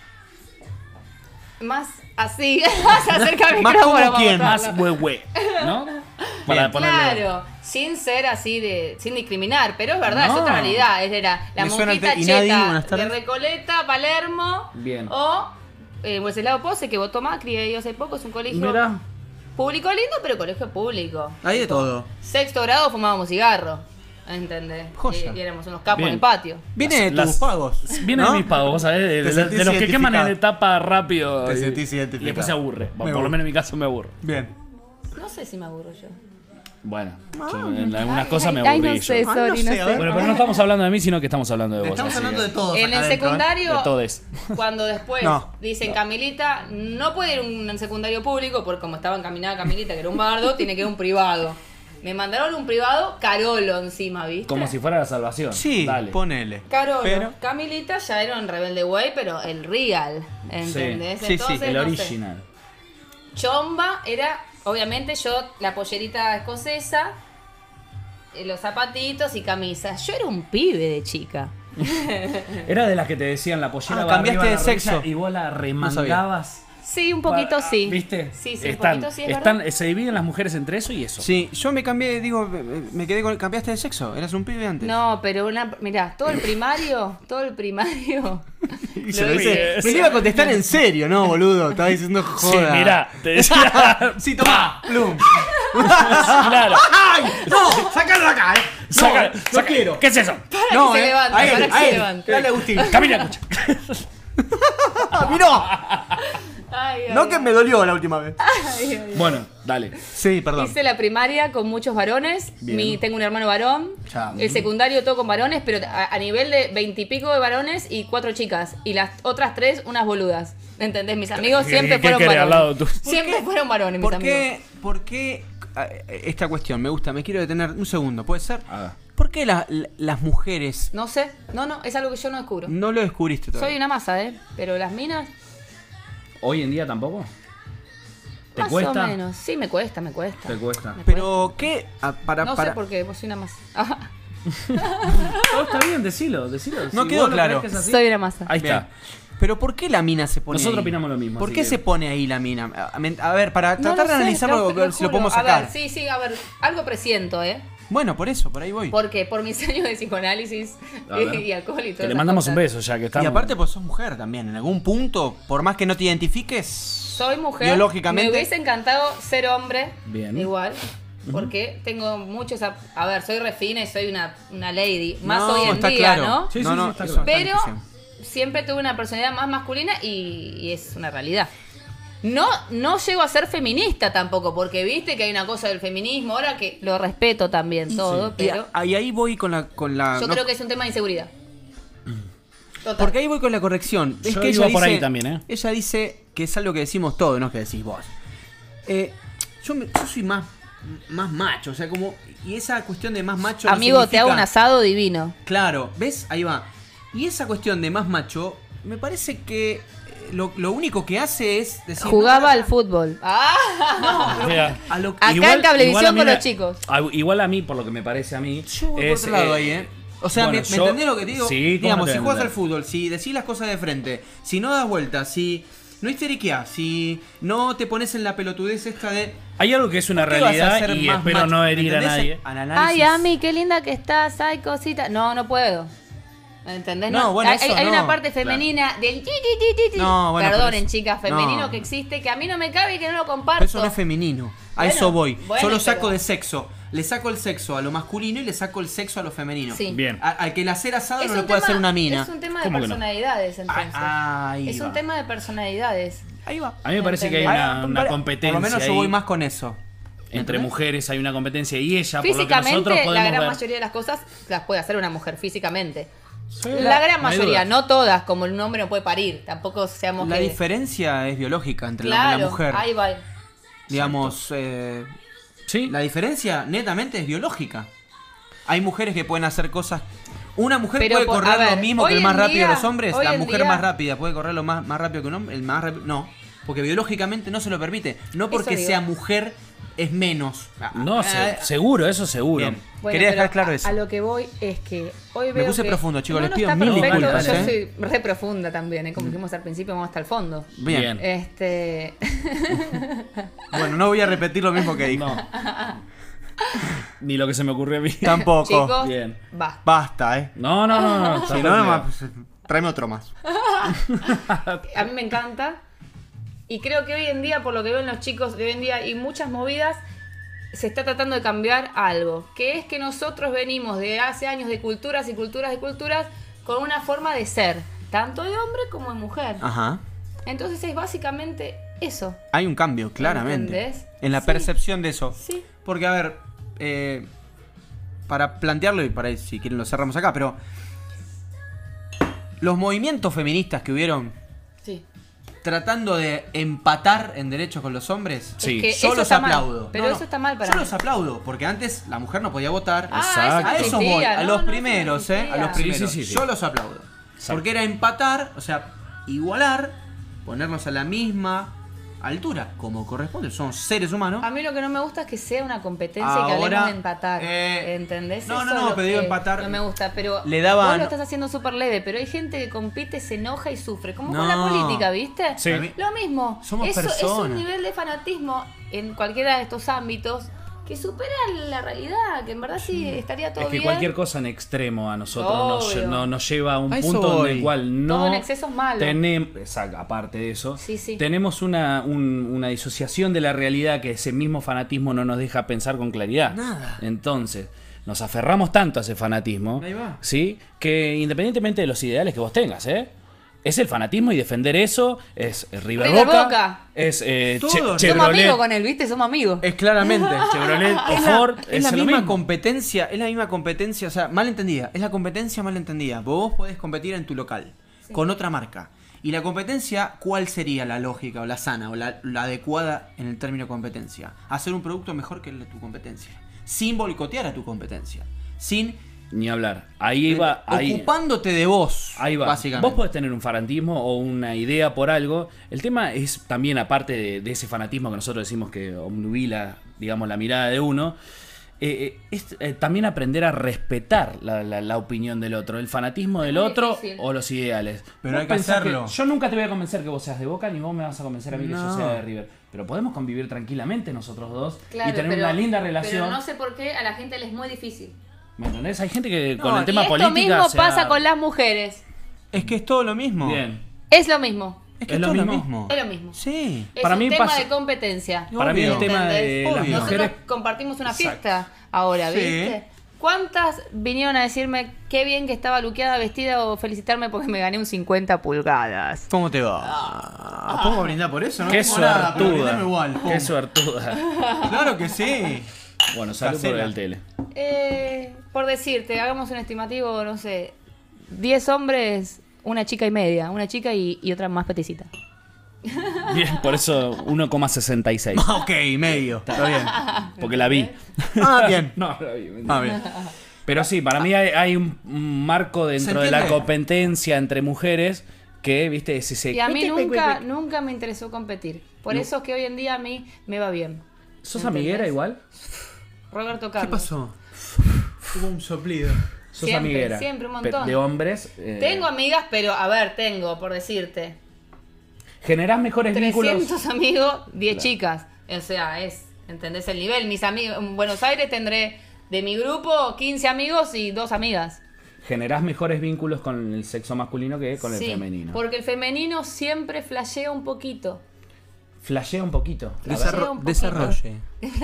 Más así. Se acerca el Más micrófono como para quién, botarlo. Más huehue, ¿no? Para ponerle... Claro, sin ser así de, sin discriminar, pero es verdad, No. es otra realidad. Era la Me suena el monjita te- Inadi, cheta buenas de tardes. Recoleta, Palermo, Bien. o eh, Wenceslao Pose, que votó Macri, ellos hace poco, es un colegio Mira, público lindo, pero colegio público. Hay de todo. Sexto grado fumábamos cigarro, ¿entendés? Joya. Y, y éramos unos capos Bien. en el patio. Viene de Las- tus pagos. viene ¿no? de mis pagos, vos sabés, de, Te de- de sentís los que queman en identificado. etapa rápido. Te y- sentís identificado. Y después se aburre. Por Me lo aburro. menos en mi caso me aburro. Bien. No sé si me aburro yo. Bueno, yo en algunas cosas me Ay, aburrí no sé, yo. Ah, no sorry, sé, no a sé. ver. Bueno, pero no estamos hablando de mí, sino que estamos hablando de vos. Estamos así hablando que- de todos. En acá el adentro, ¿eh? secundario, De todes. cuando después No. dicen Camilita, no puede ir a un secundario público, porque como estaba encaminada Camilita, que era un bardo, tiene que ir a un privado. Me mandaron a un privado Carolo encima, ¿viste? Como si fuera la salvación. Sí, Dale. ponele. Carolo. Pero- Camilita ya era un rebelde güey, pero el real, ¿entendés? Sí, sí, Entonces, El no sé. original. Chomba era, obviamente, yo, la pollerita escocesa, eh, los zapatitos y camisas. Yo era un pibe de chica. Era de las que te decían la pollera Ah, va cambiaste arriba de la rodilla sexo. y vos la remangabas. Sí, un poquito para- sí. ¿Viste? Sí, sí, están, un poquito sí, es están, verdad. Se dividen las mujeres entre eso y eso. Sí, yo me cambié, digo, me quedé con. ¿Cambiaste de sexo? ¿Eras un pibe antes? No, pero una, mirá, todo el primario, todo el primario. Y lo se lo hice. dice. Me lo iba a contestar en serio, ¿no, boludo? Estaba diciendo Sí, joda. mirá, te decía. Sí, tomá, plum. claro. ¡Ay! ¡No! ¡Sácalo de acá, eh! No, Saca- no saca- quiero. ¿Qué es eso? Para No, que se eh, levante, a él, para que a se él. levante. Dale, Agustín. Camila, escucha. ¡Ah, miró! Ay, ay, No que me dolió la última vez. ay, ay. Bueno, dale. Sí, perdón. Hice la primaria con muchos varones. Bien. Mi, tengo un hermano varón. Chao. El secundario todo con varones, pero a, a nivel de veintipico de varones y cuatro chicas. Y las otras tres, unas boludas. ¿Entendés? Mis amigos siempre ¿Qué fueron querés al lado varones. tú? Siempre fueron varones, mis ¿Por amigos. qué, ¿Por qué eh, esta cuestión? Me gusta, me quiero detener un segundo, ¿puede ser? Ah. ¿Por qué la- la- las mujeres No sé. No, no, es algo que yo no descubro. no lo descubriste todavía? Soy una masa, ¿eh? Pero las minas, ¿Hoy en día tampoco? ¿Te más cuesta? o menos. Sí, me cuesta, me cuesta. Te cuesta. Me Pero, ¿qué? Ah, para, No para... sé por qué, vos soy una masa. Todo está bien, decilo, decilo. No Si quedó vos lo claro. crees que es así- Soy una masa. Ahí Bien. está. Pero ¿por qué la mina se pone Nosotros ahí? opinamos lo mismo, ¿Por así qué que- se pone ahí la mina? A, a ver, para No tratar lo de sé, analizarlo, lo- a ver lo si lo juro. podemos A sacar. ver, sí, sí, a ver, algo presiento, ¿eh? Bueno, por eso, por ahí voy. ¿Por qué? Por mis años de psicoanálisis A ver. y alcohol y todo. Que le mandamos un beso ya que estamos. Y aparte, pues sos mujer también. En algún punto, por más que no te identifiques, Soy mujer. biológicamente. Me hubiese encantado ser hombre. Bien. Igual. Porque tengo muchos. A, a ver, soy refina y soy una, una lady. Más No, hoy en está día, claro. ¿no? Sí, sí, no, sí, no, está eso claro. está Pero clarísimo. siempre tuve una personalidad más masculina y, y es una realidad. No, no llego a ser feminista tampoco, porque viste que hay una cosa del feminismo, ahora que lo respeto también todo, Y, pero a- y ahí voy con la. Con la yo no- creo que es un tema de inseguridad. Total. Porque ahí voy con la corrección. Es Yo que iba ella por dice, ahí también, ¿eh? Ella dice que es algo que decimos todos, no es que decís vos. Eh, yo, me- yo soy más, más macho, o sea, como. Y esa cuestión de más macho. no Amigo, te significa- hago un asado divino. Claro, ¿ves? Ahí va. Y esa cuestión de más macho, me parece que eh, lo, lo único que hace es decir. Jugaba no, al fútbol. Ah, Mira, A lo Acá igual- en Cablevisión igual a mí con me- los chicos. a- Igual a mí, por lo que me parece a mí. Yo voy por es, otro lado eh, ahí, ¿eh? O sea, bueno, ¿me, me yo- entendés lo que te digo? Sí, ¿cómo digamos, no te si voy a juegas al entender? fútbol, si decís las cosas de frente, si no das vueltas, si no histeriqueás, si no te pones en la pelotudez esta de. Hay algo que es una ¿qué vas a realidad hacer y más espero macho? no ¿Me herir a entendés? nadie. Al análisis. Ay, Ami, qué linda que estás, hay cositas. No, no puedo. ¿Me entendés? No, bueno, hay, eso hay no. una parte femenina del ti, ti, ti, ti, ti. No, bueno, Perdonen, pero es- chicas, femenino no. que existe, que a mí no me cabe y que no lo comparto. Pero eso no es femenino. A Bueno, eso voy. bueno, Yo lo saco pero- de sexo. Le saco el sexo a lo masculino y le saco el sexo a lo femenino. Sí. Bien. A- al que el hacer asado Es no un le puede tema- hacer una mina. Es un tema de ¿Cómo que no? personalidades, entonces. Ah, ahí es un va. tema de personalidades. Ahí va. A mí me parece que hay Entendés. una, una Por competencia. lo menos yo ahí. voy más con eso. Entre ¿Entendés? mujeres hay una competencia y ella, por lo que Físicamente, nosotros la podemos gran ver. mayoría de las cosas las puede hacer una mujer físicamente. Sí, La gran no hay mayoría, dudas. no todas, como un hombre no puede parir. Tampoco seamos La que... diferencia es biológica entre el hombre y Claro, la mujer. ahí va. Digamos, eh, Sí. la diferencia netamente es biológica. Hay mujeres que pueden hacer cosas. Una mujer Pero puede por- correr a ver, lo mismo hoy que el en más rápido día- de los hombres. hoy La en mujer día- más rápida puede correr lo más, más rápido que un hombre. El más rápido. No. Porque biológicamente no se lo permite. No porque digo. sea mujer es menos. No, Ah, se- ah, seguro, eso seguro. Bien. Bueno, Quería dejar pero claro a- eso. A lo que voy es que hoy Me veo puse que- profundo, chicos, No, les no, pido está mil perfecto, disculpas, Yo ¿eh? soy re profunda también, ¿eh? Como dijimos al principio, vamos hasta el fondo. Bien. Bien. Este... Bueno, no voy a repetir lo mismo que dijo. No. Ni lo que se me ocurrió a mí. Tampoco. Chicos, Bien. va. Basta, eh. No, no, no, no. está Si no, perfecto. nada más, pues, tráeme otro más. A mí me encanta. Y creo que hoy en día, por lo que veo en los chicos de hoy en día y muchas movidas, se está tratando de cambiar algo. Que es que nosotros venimos de hace años de culturas y culturas y culturas con una forma de ser, tanto de hombre como de mujer. Ajá. Entonces es básicamente eso. Hay un cambio, claramente. ¿Entendés? En la Sí. percepción de eso. Sí. Porque, a ver, eh, para plantearlo, y para si quieren lo cerramos acá, pero los movimientos feministas que hubieron Sí. tratando de empatar en derechos con los hombres, Sí. Es que yo eso los está mal, aplaudo. pero No, no, eso está mal para Yo mí. los aplaudo, porque antes la mujer no podía votar. Ah, Exacto. eso A no eso existía, voy, a no, los no, eso no primeros, ¿eh? A existía. los Sí, primeros. sí, sí, sí. Yo los aplaudo. Exacto. Porque era empatar, o sea, igualar, ponernos a la misma altura, como corresponde. Somos seres humanos. A mí lo que no me gusta es que sea una competencia y que Ahora, hablemos de empatar. eh, ¿Entendés? no, Eso no, es no, lo pero digo que empatar- No me gusta, pero Le daban- vos lo estás haciendo súper leve, pero hay gente que compite, se enoja y sufre. Como con No. la política, ¿viste? Sí. A mí- Lo mismo. Somos Eso es personas. un nivel de fanatismo en cualquiera de estos ámbitos que supera la realidad, que en verdad sí estaría todo Es que bien. cualquier cosa en extremo a nosotros nos, Obvio. no- nos lleva a un A eso punto en voy. el cual no Todo en exceso es malo. tenemos, exacto, aparte de eso, Sí, sí. tenemos una, un- una disociación de la realidad que ese mismo fanatismo no nos deja pensar con claridad. Nada. Entonces, nos aferramos tanto a ese fanatismo, Ahí va. ¿sí? Que independientemente de los ideales que vos tengas, ¿eh? Es el fanatismo y defender eso es River, River Boca, Boca. es eh, Todos. Che- Somos Somos Chevrolet, amigos con él, ¿viste? Somos amigos. Es claramente. Chevrolet o Es la, Ford, es la lo misma mismo. competencia, es la misma competencia, o sea, mal entendida, es la competencia mal entendida. Vos podés competir en tu local con otra marca. Y la competencia, ¿cuál sería la lógica o la sana o la, la adecuada en el término competencia? Hacer un producto mejor que el de tu competencia, sin boicotear a tu competencia, sin Ni hablar. Ahí iba, ahí, ocupándote de vos, ahí va. básicamente. Vos podés tener un fanatismo o una idea por algo. El tema es también, aparte de, de ese fanatismo que nosotros decimos que obnubila, digamos, la mirada de uno, eh, es eh, también aprender a respetar la, la, la opinión del otro, el fanatismo del muy otro difícil. o los ideales. Pero Vos hay que pensás hacerlo. yo nunca te voy a convencer que vos seas de Boca, ni vos me vas a convencer a mí que yo No. sea de River. Pero podemos convivir tranquilamente nosotros dos Claro, y tener pero- una linda relación. Pero no sé por qué a la gente les es muy difícil. ¿Me entendés? Hay gente que con No, el y tema y esto política. mismo se pasa ha- con las mujeres. Es que es todo lo mismo. Bien. Es lo mismo. Es que ¿Es es, lo todo mismo? lo mismo. Es lo mismo. Sí. Es Para un mí tema pasa- de competencia. Para mí el Obvio. tema de ¿Entendés? las Obvio. mujeres. Nosotros compartimos una Exacto. fiesta ahora, Sí. ¿viste? ¿Cuántas vinieron a decirme qué bien que estaba luqueada, vestida o felicitarme porque me gané un cincuenta pulgadas? ¿Cómo te va? ¿Pongo a brindar por eso? No Qué pongo nada, pero suertuda. brindame igual. Qué suertuda. Claro que sí. Bueno, salud por Casela. el tele. Eh, por decirte, hagamos un estimativo, no sé, diez hombres, una chica y media, una chica y, y otra más peticita. Bien, por eso uno coma sesenta y seis. Ok, medio. Está bien. Porque la vi. Ah, bien. No, la vi. mentira. Ah, bien. Pero sí, para mí hay, hay un, un marco dentro ¿Se de la entiende? competencia entre mujeres que, viste, si se... Y a mí nunca, nunca me interesó competir. Por No. eso es que hoy en día a mí me va bien. ¿Sos ¿Entendés? amiguera igual? Roberto ¿Qué Carlos. pasó? Hubo un soplido. ¿Sos Siempre, amiguera? siempre, un Pe- montón. De hombres. eh, Tengo amigas, pero a ver, tengo, por decirte, ¿Generás mejores vínculos? trescientos amigos, diez chicas. O sea, es, ¿entendés el nivel? Mis amigos, en Buenos Aires tendré de mi grupo quince amigos y dos amigas. ¿Generás mejores vínculos con el sexo masculino que con Sí, el femenino? porque el femenino siempre flashea un poquito. Flashea un poquito. A ver. Flashea Desarro- un poquito. desarrolle.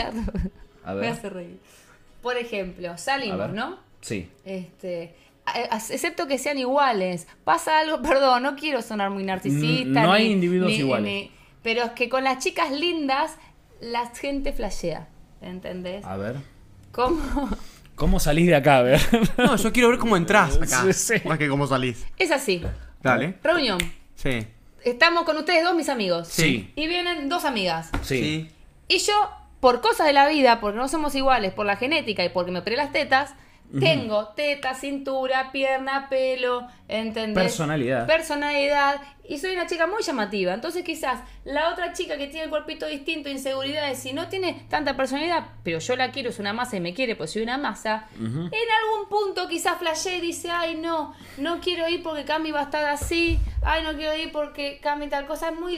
A Me ver. hace reír. Por ejemplo, A salimos, ver. ¿no? Sí. Este, a- a- excepto que sean iguales. Pasa algo, perdón, no quiero sonar muy narcisista. Mm, no hay ni- individuos ni- iguales. ni- pero es que con las chicas lindas, la gente flashea. ¿Entendés? A ver. ¿Cómo? ¿Cómo salís de acá? A ver. No, yo quiero ver cómo entras acá. Sí, sí. Más que cómo salís. Es así. Dale. Reunión. Sí. Estamos con ustedes dos, mis amigos. Sí. Y vienen dos amigas. Sí. Y yo, por cosas de la vida, porque no somos iguales, por la genética y porque me operé las tetas, tengo teta, cintura, pierna, pelo, ¿entendés? Personalidad. Personalidad. Y soy una chica muy llamativa. Entonces quizás la otra chica que tiene el cuerpito distinto, inseguridades, y no tiene tanta personalidad, pero yo la quiero, es una masa y me quiere, pues soy una masa, en algún punto quizás flashee y dice, ay no, no quiero ir porque Cami va a estar así, ay no quiero ir porque Cami tal cosa. Es muy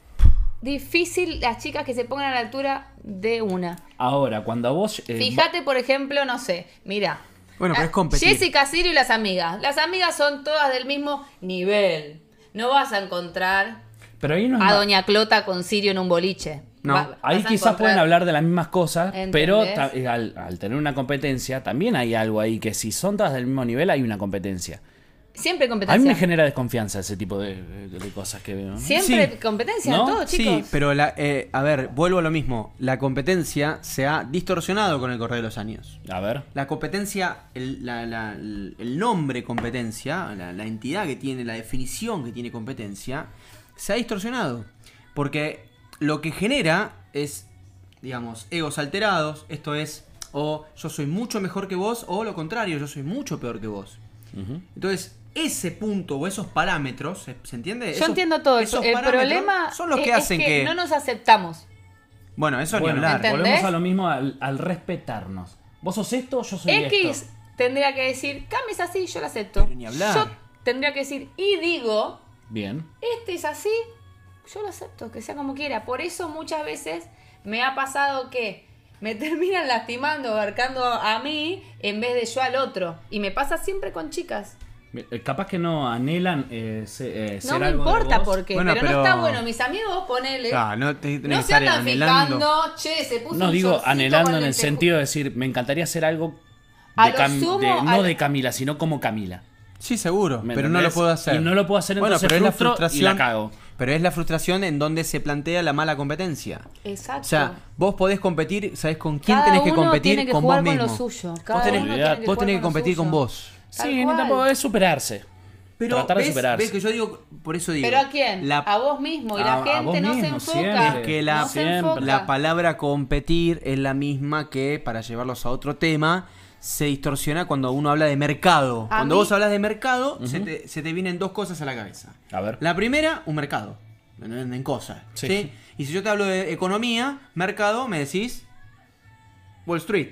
difícil las chicas que se pongan a la altura de una. Ahora, cuando a vos... eh, Fíjate, por ejemplo, no sé, mira. Bueno, pero es Ah, competir. Jessica, Sirio y las amigas. Las amigas son todas del mismo nivel. No vas a encontrar Pero ahí no es a ma- Doña Clota con Sirio en un boliche. No. Va- Ahí vas a quizás encontrar- pueden hablar de las mismas cosas, ¿Entendés? pero ta- eh, al, al tener una competencia, también hay algo ahí que si son todas del mismo nivel, hay una competencia. Siempre A competencia. mí me genera desconfianza ese tipo de, de- de cosas que veo. ¿no? Siempre Sí. competencia, ¿No? todo, chicos. Sí, pero la, eh, a ver, vuelvo a lo mismo. La competencia se ha distorsionado con el correr de los años. A ver. La competencia, el, la- la- el- el nombre competencia, la, la entidad que tiene, la definición que tiene competencia, se ha distorsionado. Porque lo que genera es, digamos, egos alterados. Esto es, o yo soy mucho mejor que vos, o lo contrario, yo soy mucho peor que vos. Ujú. Entonces, ese punto o esos parámetros, ¿se, se entiende? Yo Esos- entiendo todo. esos El parámetros problema son los es, que es hacen que, que... no nos aceptamos. Bueno, eso Bueno, ni hablar. ¿entendés? volvemos a lo mismo al, al respetarnos. Vos sos esto, yo soy X esto. tendría que decir, Cami es así, yo la acepto. Pero ni hablar. Yo tendría que decir, y digo, Bien. este es así, yo lo acepto, que sea como quiera. Por eso muchas veces me ha pasado que me terminan lastimando, abarcando a mí en vez de yo al otro. Y me pasa siempre con chicas. Eh, Capaz que no anhelan eh, se- eh, No ser me algo de importa vos. por qué, Bueno, pero, pero- no está bueno. Mis amigos, ponele. Ah, no te tenés no que se estar andan anhelando. fijando, che, se puso No un digo shortcito anhelando con en el lentejuela. sentido de decir, me encantaría hacer algo A de lo Cam- sumo, de- no a lo- de Camila, sino como Camila. Sí, seguro, ¿Me pero no lo entendés? puedo hacer. Y no lo puedo hacer, Bueno, entonces pero es la frustro y frustración. la cago. Pero es la frustración en donde se plantea la mala competencia. Exacto. O sea, vos podés competir, ¿sabés con quién Cada tenés que uno competir? tiene que con jugar vos con lo mismo. suyo. Vos Cada tenés, uno Olvidate. tiene que vos jugar tenés que con lo competir con suyo. vos. Tal Sí, cual. tampoco es superarse. Pero Tratar de ves, superarse. ves que yo digo, por eso digo. ¿Pero a quién? La, A vos mismo. Y A- la a gente vos no se mismo, enfoca. siempre. Es que la- no se siempre. enfoca. la palabra competir es la misma que, para llevarlos a otro tema, se distorsiona cuando uno habla de mercado. A Cuando mí- vos hablas de mercado, se, te, se te vienen dos cosas a la cabeza. A ver. La primera, un mercado. En, en cosas. Sí. ¿sí? Y si yo te hablo de economía, mercado, me decís Wall Street.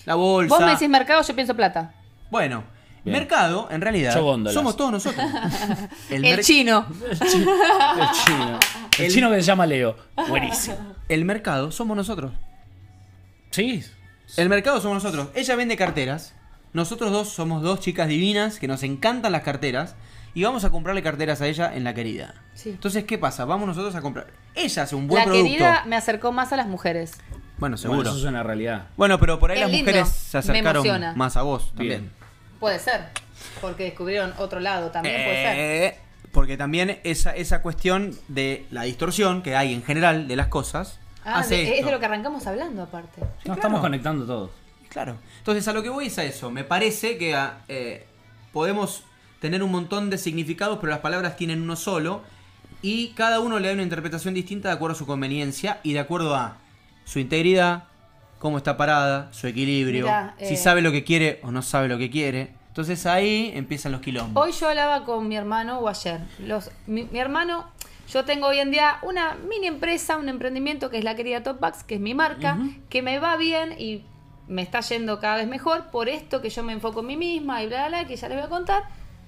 la bolsa. Vos me decís mercado, yo pienso plata. Bueno, Bien. mercado, en realidad, Yo góndolas. somos todos nosotros. El, mer- chino. El chino. El chino. El El- chino que se llama Leo. Buenísimo. El mercado somos nosotros. Sí. El mercado somos nosotros. Ella vende carteras. Nosotros dos somos dos chicas divinas que nos encantan las carteras. Y vamos a comprarle carteras a ella en La Querida. Sí. Entonces, ¿qué pasa? Vamos nosotros a comprar. Ella hace un buen La producto. querida me acercó más a las mujeres. Bueno, seguro. Bueno, eso es una realidad. Bueno, pero por ahí Es las lindo, mujeres se me acercaron emociona. más a vos también. Bien. Puede ser. Porque descubrieron otro lado también, puede ser. Eh, porque también esa, esa cuestión de la distorsión que hay en general de las cosas Ah, hace de- es esto. de lo que arrancamos hablando aparte. Nos claro. estamos conectando todos. Claro. Entonces, a lo que voy es a eso. Me parece que ah, eh, podemos tener un montón de significados, pero las palabras tienen uno solo. Y cada uno le da una interpretación distinta de acuerdo a su conveniencia y de acuerdo a su integridad, cómo está parada, su equilibrio, Mirá, si eh, sabe lo que quiere o no sabe lo que quiere. Entonces ahí empiezan los quilombos. Hoy yo hablaba con mi hermano, o ayer. Los, mi, mi hermano, yo tengo hoy en día una mini empresa, un emprendimiento que es La Querida Top Bags, que es mi marca, que me va bien y me está yendo cada vez mejor por esto que yo me enfoco en mí misma y bla, bla, bla, que ya les voy a contar.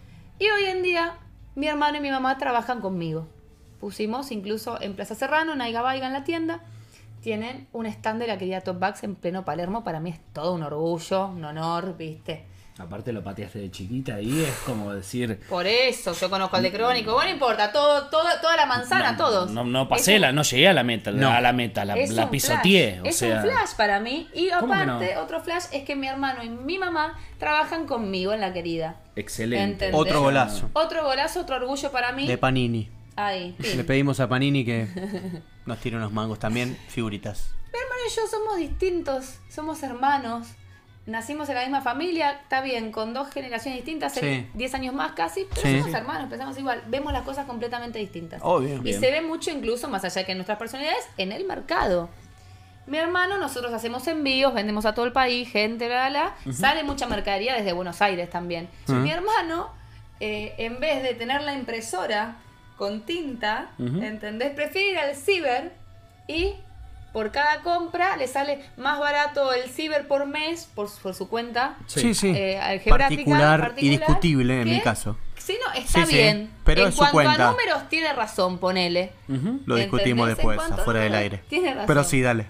Y hoy en día mi hermano y mi mamá trabajan conmigo. Pusimos incluso en Plaza Serrano, en Aiga Baiga, en la tienda, tienen un stand de La Querida Top Bags en pleno Palermo. Para mí es todo un orgullo, un honor, ¿viste? Aparte lo pateaste de chiquita y es como decir... Por eso, yo conozco al de Crónico. Bueno, no importa, todo, todo, toda la manzana, no, todos. No, no Es pasé un- la, no llegué a la meta, No. a la meta, la, es la un pisoteé. flash. O Es sea, un flash para mí. Y ¿Cómo que aparte, no? otro flash es que mi hermano y mi mamá trabajan conmigo en La Querida. excelente. ¿Entendés? Otro golazo Otro golazo, otro orgullo para mí. de Panini. Ahí, pim. Le pedimos a Panini que nos tire unos mangos también, figuritas. Mi hermano y yo somos distintos, somos hermanos. Nacimos en la misma familia, está bien, con dos generaciones distintas, Sí. él diez años más casi, pero Sí. somos hermanos, pensamos igual, vemos las cosas completamente distintas. Obvio. Y Bien. se ve mucho incluso, más allá que en nuestras personalidades, en el mercado. Mi hermano, nosotros hacemos envíos, vendemos a todo el país, gente, bla, bla, bla. Sale mucha mercadería desde Buenos Aires también. Ujú. Mi hermano, eh, en vez de tener la impresora con tinta, Ujú. ¿entendés? Prefiere ir al ciber y por cada compra le sale más barato el ciber por mes, por, por su cuenta. Sí, sí. eh, algebraica, particular, y particular, discutible en que, mi caso. Si no, está Sí, sí, bien. pero en es su cuanto cuenta. a números, tiene razón, ponele. Ujú. Lo discutimos ¿Entendés? después, En cuanto a afuera del números, aire. tiene razón. Pero sí, dale.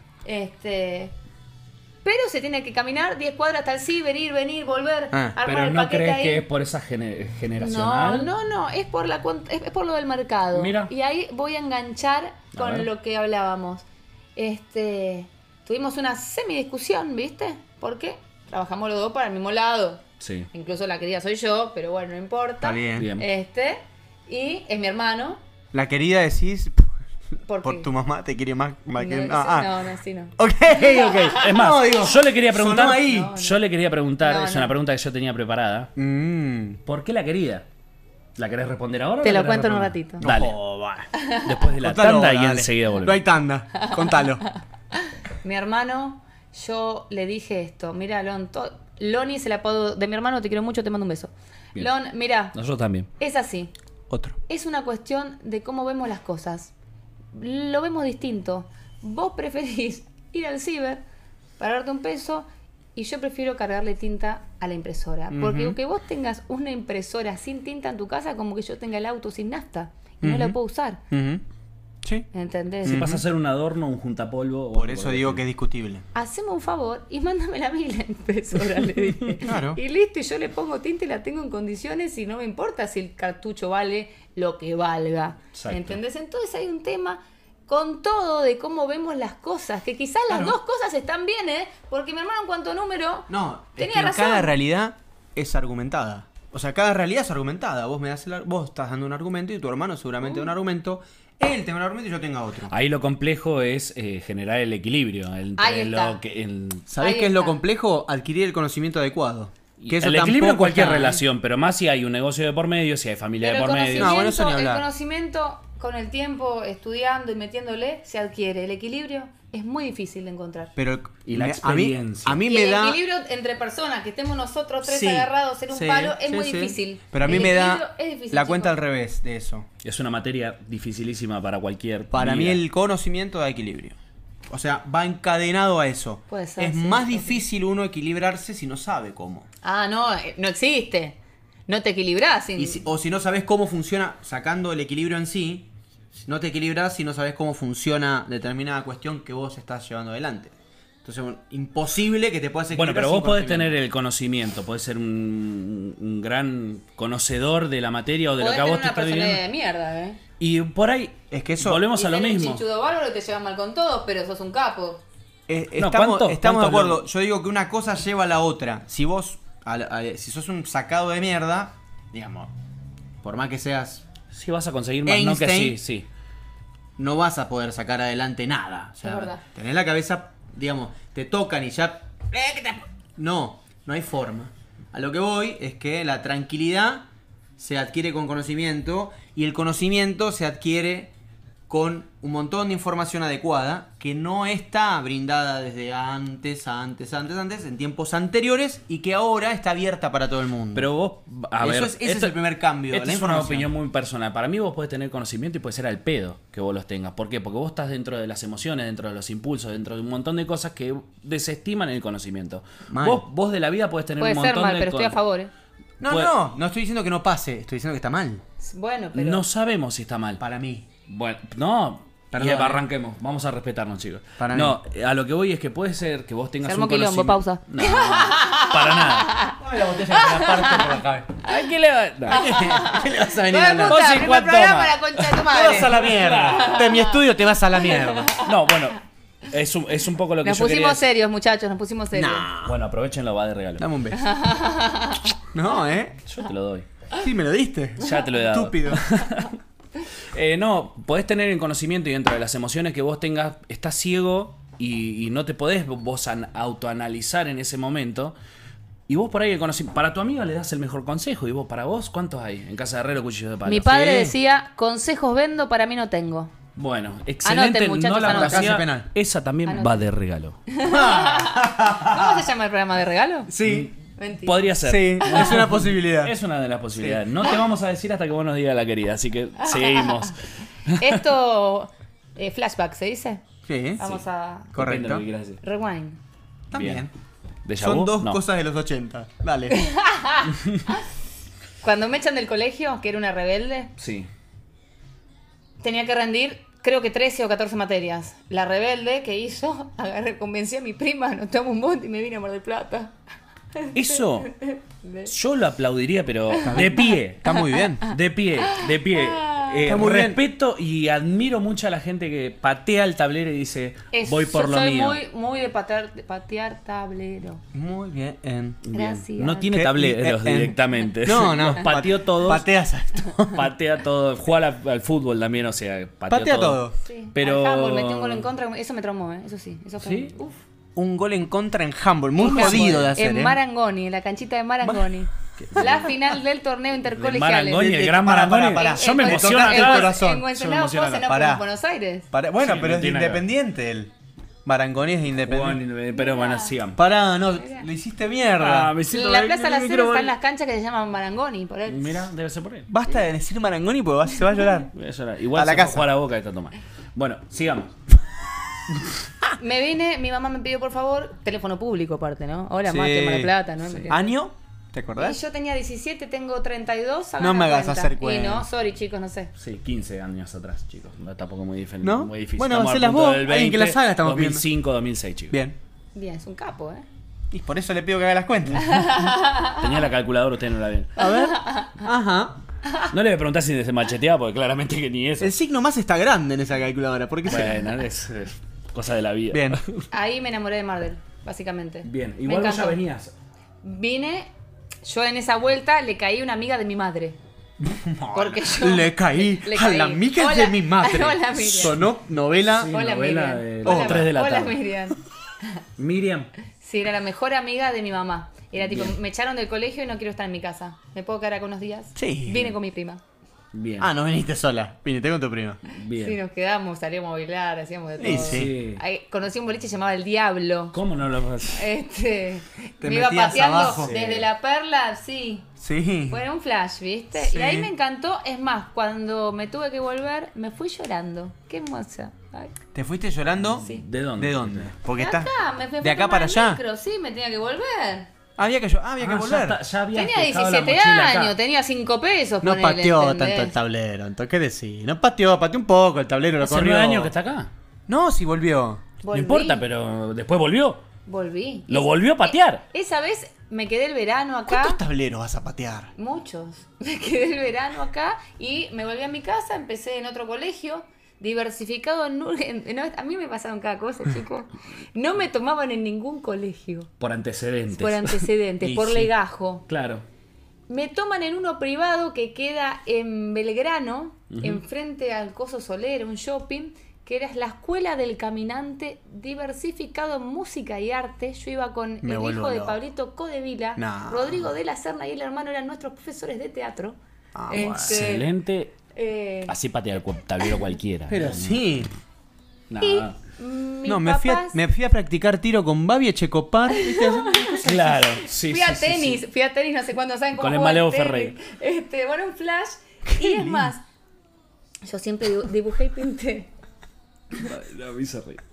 Este, pero se tiene que caminar diez cuadras hasta el ciber, ir, venir, volver, Ah, armar Pero el ¿no paquete crees ahí. que es por esa gene- No, generacional? no, no, es por la cuant- es, es por lo del mercado. Mira. Y ahí voy a enganchar A con ver. lo que hablábamos. Este, tuvimos una semidiscusión, ¿viste? ¿Por qué? Trabajamos los dos para el mismo lado. Sí. Incluso la querida soy yo, pero bueno, no importa. Está bien. Bien. Este, y es mi hermano. La querida decís ¿Por, por qué? tu mamá te quiere más, más que... No, ah, ah. no, no, sí, no. Ok, ok. Es más, No, digo, yo le quería preguntar. sonó ahí. No, no. Yo le quería preguntar, No, es no. una pregunta que yo tenía preparada. Mm. ¿Por qué la querida? ¿La querés responder ahora? o Te la lo querés cuento en un responder? ratito. Dale. Oh, va. Después de la Contalo tanda ahora, y dale. enseguida No hay volvemos. tanda. Contalo. Mi hermano, yo le dije esto. Mira, Lon, to- Loni es el apodo de mi hermano, te quiero mucho, te mando un beso. Bien. Lon, mira, Nosotros también. es así. Otro. Es una cuestión de cómo vemos las cosas. Lo vemos distinto. Vos preferís ir al ciber, pagarte un peso, y yo prefiero cargarle tinta a la impresora. Porque Ujú. que vos tengas una impresora sin tinta en tu casa, como que yo tenga el auto sin nafta. Y no Ujú. la puedo usar. Ujú. Sí. ¿Entendés? Si pasa a ser un adorno, un juntapolvo. o Por algo eso de- digo que es discutible. Haceme un favor y mándamela a mí la impresora, le dije. Claro. Y listo, y yo le pongo tinta y la tengo en condiciones y no me importa si el cartucho vale lo que valga. Exacto. ¿Entendés? Entonces hay un tema con todo de cómo vemos las cosas, que quizás las Claro. dos cosas están bien, ¿eh? Porque mi hermano en cuanto a número No, es tenía que razón. cada realidad es argumentada. O sea, cada realidad es argumentada. Vos me das el ar- vos estás dando un argumento y tu hermano seguramente Uh. un argumento. Él tenga un argumento y yo tenga otro. Ahí lo complejo es eh, generar el equilibrio entre Ahí está. lo que. el- ¿Sabés Ahí qué es lo está. complejo? Adquirir el conocimiento adecuado. Que eso el equilibrio en tampoco cualquier está, ¿eh? relación, pero más si hay un negocio de por medio, si hay familia Pero de el por medio. No, bueno, eso ni conocimiento, el hablar. conocimiento con el tiempo, estudiando y metiéndole, se adquiere. El equilibrio es muy difícil de encontrar. Pero Y la me- a mí, experiencia. a mí Y me el da. equilibrio entre personas, que estemos nosotros tres Sí, agarrados en un sí, palo, es sí, muy sí. difícil. Pero a mí El me equilibrio da es difícil, la cuenta al chicos. revés de eso. Es una materia dificilísima para cualquier. Para mí vida. el conocimiento da equilibrio. O sea, va encadenado a eso. Puede ser, es sí, más puede difícil uno equilibrarse si no sabe cómo. Ah, no, eh, no existe. No te equilibrás. Sin... Y si- o si no sabes cómo funciona, sacando el equilibrio en sí, no te equilibras si no sabes cómo funciona determinada cuestión que vos estás llevando adelante. Entonces, bueno, imposible que te puedas equilibrar. Bueno, pero sin vos podés conocimiento. tener el conocimiento, podés ser un, un gran conocedor de la materia o de Podés lo que a vos tener te una está personalidad viviendo. de mierda, ¿eh? Y por ahí Es que eso- volvemos Y a lo ser un mismo. chinchudo bárbaro y te llevas mal con todos, pero sos un capo. Eh, No, estamos ¿cuánto- estamos de cuánto acuerdo. lo- Yo digo que una cosa lleva a la otra. Si vos, a la- a- si sos un sacado de mierda, digamos, por más que seas, Sí, vas a conseguir más, no que sí, Einstein. sí. no vas a poder sacar adelante nada. O sea, Es verdad. tenés la cabeza, digamos, te tocan y ya... No, no hay forma. A lo que voy es que la tranquilidad se adquiere con conocimiento y el conocimiento se adquiere con un montón de información adecuada que no está brindada desde antes, antes, antes, antes, en tiempos anteriores y que ahora está abierta para todo el mundo. Pero vos, a Eso ver, es- ese es el primer cambio, Esta la es una información. opinión muy personal. Para mí vos podés tener conocimiento y puede ser al pedo que vos los tengas. ¿Por qué? Porque vos estás dentro de las emociones, dentro de los impulsos, dentro de un montón de cosas que desestiman el conocimiento. Mal. Vos, vos de la vida podés tener Puede un ser montón mal, de pero estoy a con- favor, ¿eh? no, puede- no, no estoy diciendo que no pase, estoy diciendo que está mal. Bueno, pero... No sabemos si está mal. Para mí. Bueno, no. Perdón, y eh. arranquemos, vamos a respetarnos, chicos. Para no, a lo que voy es que puede ser que vos tengas Se armó un quilombo, conocimiento. pausa. No, para nada. Dame la botella que la parte por acá. ¿A qué le va? No. ¿Qué le vas a venir a Bueno, hablar? Vos puta, sí, primer ¿cuánto programa más? la concha de tu Te madre. vas a la mierda. De mi estudio te vas a la mierda. No, bueno, es un, es un poco lo que Nos yo quería pusimos decir. serios, muchachos, nos pusimos serios. No. Bueno, aprovechenlo, va de regalo. Dame un beso. No, ¿eh? Yo te lo doy. Sí, me lo diste. Ya te lo he dado. Estúpido. Eh, no, podés tener el conocimiento y dentro de las emociones que vos tengas, estás ciego y, y no te podés vos an- autoanalizar en ese momento. Y vos por ahí el conocimiento. Para tu amiga le das el mejor consejo. Y vos, para vos, ¿cuántos hay? En casa de Herrero, cuchillo de palo. Mi padre Sí. decía, consejos vendo, para mí no tengo. Bueno, excelente. Anoten, muchachos, no la anoten. conocía. Clase penal. Esa también Anoten. va de regalo. ¿Cómo se llama el programa de regalo? Sí. Mentira. Podría ser. Sí, es una posibilidad. Es una de las posibilidades. No te vamos a decir hasta que vos nos digas la querida. Así que seguimos. Esto, eh, flashback, ¿se dice? Sí. Vamos a... Depende de Correcto. lo que quieras decir. Rewind. También. Bien. ¿Déjà Son vu? dos No. cosas de los ochenta. Dale. Cuando me echan del colegio, que era una rebelde, Sí. tenía que rendir, creo que trece o catorce materias. La rebelde que hizo, agarré, convencí a mi prima, nos tomamos un bote y me vine a Mar del Plata. Eso yo lo aplaudiría, pero de pie. Está muy bien. De pie, de pie. Eh, Está muy bien. respeto y admiro mucho a la gente que patea el tablero y dice, Es- voy por yo lo soy mío. muy, muy de patear, de patear tablero. Muy bien. Bien. Gracias. No tiene ¿Qué? tableros Eh, eh. directamente. No, no. Los pateó todos. Pateas esto. Patea todo. Juega al, al fútbol también, o sea, pateó Patea todo. todo. Sí. Pero- Al handball metí un gol en contra, eso me traumó, ¿eh? Eso sí. Eso fue, ¿Sí? Uf. Un gol en contra en handball. Muy En jodido handball, de hacer, En ¿eh? Marangoni, en la canchita de Marangoni. La final del torneo El intercolegiales. Marangoni, el gran Pará, pará, Marangoni. pará. Yo me En- emociono tocaste el acá. corazón. En Yo me Wenceslao emociono Foz, en acá. Pará. Buenos Aires. Para- bueno, Sí, pero no es tiene nada que ver. independiente él. Marangoni es de independiente. Bueno, pero bueno, sigan. Pará, no, lo hiciste mierda. Ah, me siento- La Plaza La me Cera quiero están vol- las canchas que se llaman Marangoni. Por él. Mira, debe ser por él. Basta de decir Marangoni porque va- se va a llorar. Voy a llorar. Igual A la se fue a casa. jugar a Boca esta toma. Bueno, sigamos. Me vine, mi mamá me pidió por favor, teléfono público aparte, ¿no? Hola, Sí. mate, Mar del Plata, ¿no? Sí. Me- ¿Año? ¿Te Y acordás? yo tenía diecisiete, tengo treinta y dos. hagan No me la hagas cuenta. hacer Y cuenta. no, sorry chicos, no sé. Sí, quince años atrás, chicos. No, tampoco muy, difícil ¿No? muy difícil. Bueno, Estamos al hacelas punto vos, del alguien que las haga estamos dos mil cinco, dos mil seis, chicos. Bien. Bien, es un capo, ¿eh? Y por eso le pido que haga las cuentas. Tenía la calculadora, usted no la ven. A ver. Ajá. No le voy a preguntar si se macheteaba, porque claramente que ni eso. El signo más está grande en esa calculadora. ¿Por qué sé? Bueno, es, es cosa de la vida. Bien. Ahí me enamoré de Mardel, básicamente. Bien, Me igual vos ya encantó. venías. Vine, yo en esa vuelta le caí a una amiga de mi madre. Porque yo. Le caí le a caí. la amiga Hola- de mi madre. Hola, Miriam. Sonó novela. Sí. Hola, novela Miriam. de Hola, las tres de la hola, tarde. Miriam. Miriam. Sí, era la mejor amiga de mi mamá. Era tipo, Bien. me echaron del colegio y no quiero estar en mi casa. ¿Me puedo quedar acá unos días? Sí. Vine con mi prima. Bien. Ah, no viniste sola. Viniste con tu primo. Bien. Sí, nos quedamos, salíamos a bailar, hacíamos de todo. Sí, sí. Sí. Ahí conocí un boliche llamado El Diablo. ¿Cómo no lo vas? Este, Te me iba metías pateando abajo. desde Sí. la perla, sí. Sí. Fue un flash, ¿viste? Sí. Y ahí me encantó. Es más, cuando me tuve que volver, me fui llorando. Qué hermosa. Ay. ¿Te fuiste llorando? Sí. ¿De dónde? ¿De dónde? Porque De estás. acá, me, me fui ¿De a acá tomar para el allá? micro, sí, me tenía que volver. Había que, yo- había que Ah, volver. Ya, está- ya habías Tenía dejado la diecisiete mochila acá. años, tenía cinco pesos. No ponele, pateó ¿entendés? tanto el tablero, entonces, ¿qué decís? No pateó, pateó un poco el tablero, lo Hace corrió. nueve años que está acá. No, si volvió. Volví. No importa, pero después volvió. Volví. Lo Es- volvió a patear. eh, Esa vez me quedé el verano acá. ¿Cuántos tableros vas a patear? Muchos. Me quedé el verano acá y me volví a mi casa, empecé en otro colegio, diversificado en... en- en- a mí me pasaron cada cosa, chicos. No me tomaban en ningún colegio. Por antecedentes. Por antecedentes, Y por sí. legajo. Claro. Me toman en uno privado que queda en Belgrano, enfrente al Coso Soler, un shopping, que era la Escuela del Caminante, diversificado en música y arte. Yo iba con Me el vuelvo hijo de loco. Pablito Codevila, No. Rodrigo de la Serna y el hermano eran nuestros profesores de teatro. Ah, Este, bueno. Excelente. eh, Así patea el cu- tablero cualquiera. Pero sí. Nada. mis No, me fui, a, papás- me fui a practicar tiro con Babi Echecopar. ¿viste? Claro. Sí, Fui sí, a sí, tenis, sí. fui a tenis, no sé cuándo saben cómo Con el jugar Maleo tenis. Ferreira. Este, bueno, un flash. Y es más, yo siempre dibu- dibujé y pinté. La vi se reír.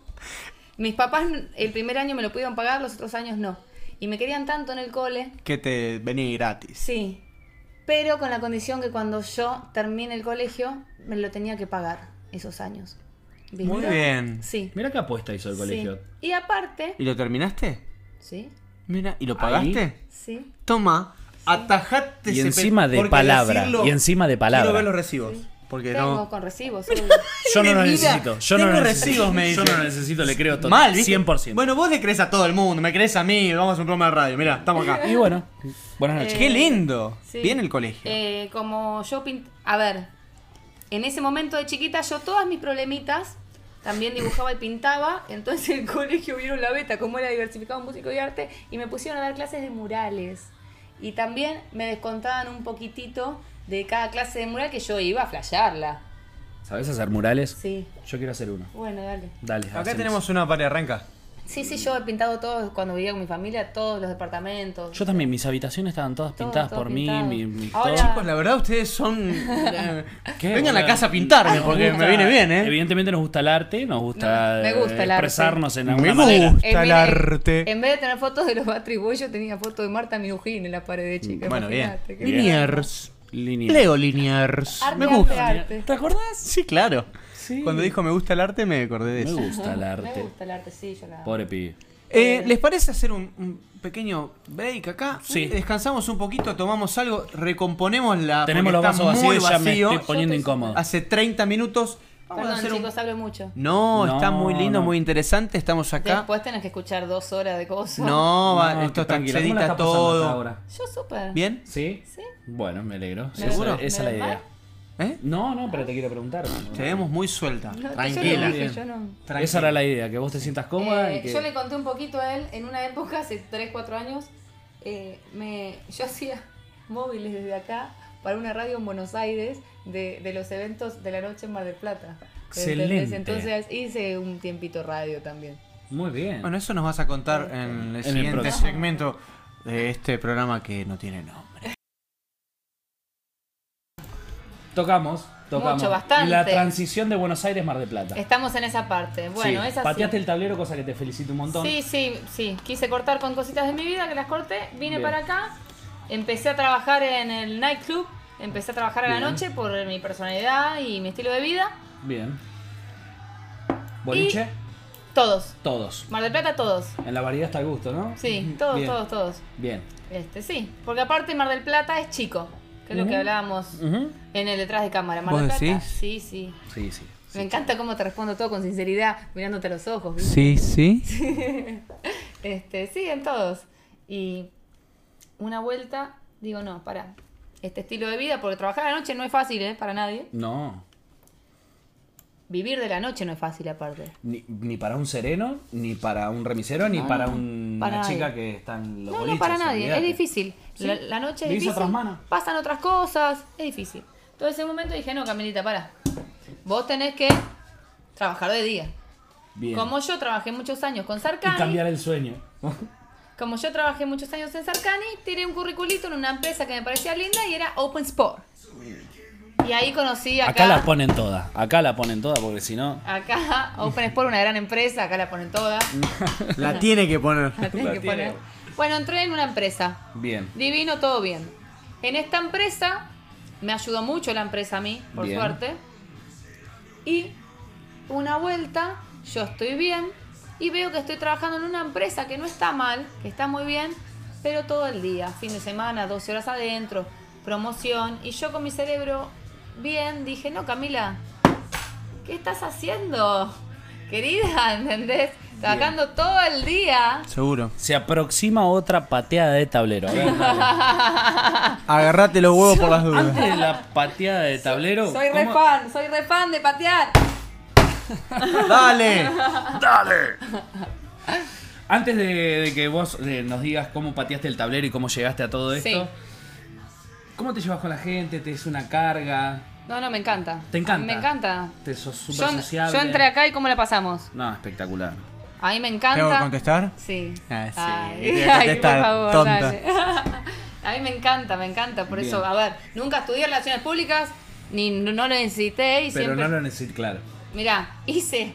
Mis papás el primer año me lo pudieron pagar, los otros años no. Y me querían tanto en el cole, Que te venía gratis. sí. Pero con la condición que cuando yo termine el colegio, me lo tenía que pagar esos años. ¿Viste? Muy bien. Sí. Mira qué apuesta hizo el sí. colegio. Y aparte, ¿Y lo terminaste? sí, Mira, ¿y lo pagaste? sí. Toma, atajate Y ese encima pe- de porque palabra, decirlo- y encima de palabra. Quiero ver los recibos. Sí. Porque Tengo no. con recibos, obvio. Yo no lo Mira, necesito. Yo no tengo lo necesito. recibos, me Yo dice. no lo necesito, le creo todo. Mal, ¿viste? cien por ciento. Bueno, vos le crees a todo el mundo, me crees a mí, vamos a hacer un programa de radio. Mirá, estamos acá. Y bueno, buenas noches. Eh, Qué lindo. Sí. Bien el colegio. Eh, como yo pint... A ver, en ese momento de chiquita yo todas mis problemitas también dibujaba y pintaba. Entonces en el colegio vieron la beta, como era diversificado en músico y arte, y me pusieron a dar clases de murales. Y también me descontaban un poquitito de cada clase de mural que yo iba a flashearla. ¿Sabes hacer murales? Sí. Yo quiero hacer uno. Bueno, dale. Dale. Acá hacemos. tenemos una para arranca. Sí, sí, yo he pintado todo cuando vivía con mi familia, todos los departamentos. Yo también, mis habitaciones estaban todas Todo, pintadas todo por pintado. mí. Mi, mi- Ahora- todo. Chicos, la verdad ustedes son. eh, ¿Qué? Vengan a Bueno, casa a pintarme nos porque gusta- me viene bien, ¿eh? Evidentemente nos gusta el arte, nos gusta, No, me gusta eh, el arte. expresarnos en Me alguna gusta. manera. Gusta En el vez de- arte. En vez de tener fotos de los Battery Boys, yo tenía fotos de Marta Minujín en la pared de chica. Bueno, bien. Imagínate, qué Bien. Liniers. Línea. Leo Liniers. Arte, Me arte, gusta. arte. ¿Te acordás? Sí, claro. Sí. Cuando dijo me gusta el arte me acordé de Me eso. gusta el Me arte. gusta el arte, sí, yo la... Pobre pibe. Eh, ¿Les parece hacer un, un pequeño break acá? Sí. Descansamos un poquito, tomamos algo, recomponemos la. Tenemos los porque está vasos muy vacíos y ya me vacío. estoy poniendo Yo estoy incómodo. Hace treinta minutos. Vamos Perdón, a hacer un- chicos, hablo mucho. No, No, está muy lindo, no. muy interesante. Estamos acá. Después tenés que escuchar dos horas de cosas. No, va, No, esto qué está, tranquila. se ¿Cómo la edita está pasando hasta todo. ahora? Yo súper. ¿Bien? ¿Sí? Sí. Bueno, me alegro. ¿Seguro? Esa, esa es la ¿Verdad? idea. ¿Eh? No, no, pero te quiero preguntar. Te vemos muy suelta. No, Tranquila. Yo, le dije, yo no. Tranquila. Esa era la idea, que vos te sientas cómoda Eh, y que... Yo le conté un poquito a él en una época, hace tres, cuatro años. eh, me, yo hacía móviles desde acá para una radio en Buenos Aires de, de los eventos de la noche en Mar del Plata. ¿Entendés? Excelente. Entonces hice un tiempito radio también. Muy bien. Bueno, eso nos vas a contar en el el siguiente próximo. segmento de este programa que no tiene nombre. Tocamos, tocamos. Mucho, bastante. Y la transición de Buenos Aires Mar del Plata. Estamos en esa parte. Bueno, sí. es así. Pateaste el tablero, cosa que te felicito un montón. Sí, sí, sí. Quise cortar con cositas de mi vida, que las corté. Vine Bien. para acá. Empecé a trabajar en el nightclub. Empecé a trabajar a la Bien. noche por mi personalidad y mi estilo de vida. Bien. ¿Boliche? Todos. Todos. Mar del Plata, todos. En la variedad está el gusto, ¿no? Sí, todos, Bien. todos, todos. Bien. Este, sí. Porque aparte Mar del Plata es chico. Que es lo que Ujú. hablábamos Ujú. en el detrás de cámara. Mar ¿Vos del Plata. decís? Sí, sí. Sí, sí. Me encanta cómo te respondo todo con sinceridad, mirándote a los ojos. ¿viste? Sí, sí. Este, sí, en todos. Y una vuelta, digo, no, para. Este estilo de vida, porque trabajar a la noche no es fácil, ¿eh? Para nadie. No. Vivir de la noche no es fácil, aparte. Ni, ni para un sereno, ni para un remisero, ni No, para no, una para nadie. chica que está en los No, boliches. no para nadie, olvídate. es difícil. Sí. La, la noche es Vivís a difícil. otras manos. Pasan otras cosas, es difícil. Todo ese momento dije, no, Camilita, para. Vos tenés que trabajar de día. Bien. Como yo trabajé muchos años con Y Sarcani, cambiar el sueño. como yo trabajé muchos años en Sarcani, tiré un curriculito en una empresa que me parecía linda y era Open Sport. Y ahí conocí acá. Acá la ponen toda. Acá la ponen toda porque si no. Acá, Open Sport, una gran empresa, acá la ponen toda. La tiene que poner. La tienen que poner. Bueno, entré en una empresa. Bien. Divino, todo bien. En esta empresa, me ayudó mucho la empresa a mí, por Bien. suerte. Y una vuelta, yo estoy bien y veo que estoy trabajando en una empresa que no está mal, que está muy bien, pero todo el día, fin de semana, doce horas adentro, promoción. Y yo con mi cerebro bien dije, no, Camila, ¿qué estás haciendo? Querida, ¿entendés? Trabajando todo el día. Seguro. Se aproxima otra pateada de tablero. A ver, dale. Agarrate los huevos por las dudas. Antes de la pateada de tablero. Soy re ¿cómo- fan, soy re fan de patear. ¡Dale! Antes de, de que vos eh, nos digas cómo pateaste el tablero y cómo llegaste a todo esto, Sí. ¿cómo te llevas con la gente? ¿Te es una carga? No, no, me encanta. ¿Te encanta? Me encanta. ¿Te sos Yo, súper sociable? yo entré acá y ¿cómo la pasamos? No, espectacular. A mí me encanta. ¿Tengo que contestar? Sí. Ah, sí. Ay, Tiene que ay, contestar, por favor, tonta. dale. A mí me encanta, me encanta. Por Bien. eso, a ver, nunca estudié relaciones públicas, ni no lo necesité y Pero siempre. no lo necesito, claro. Mirá, hice,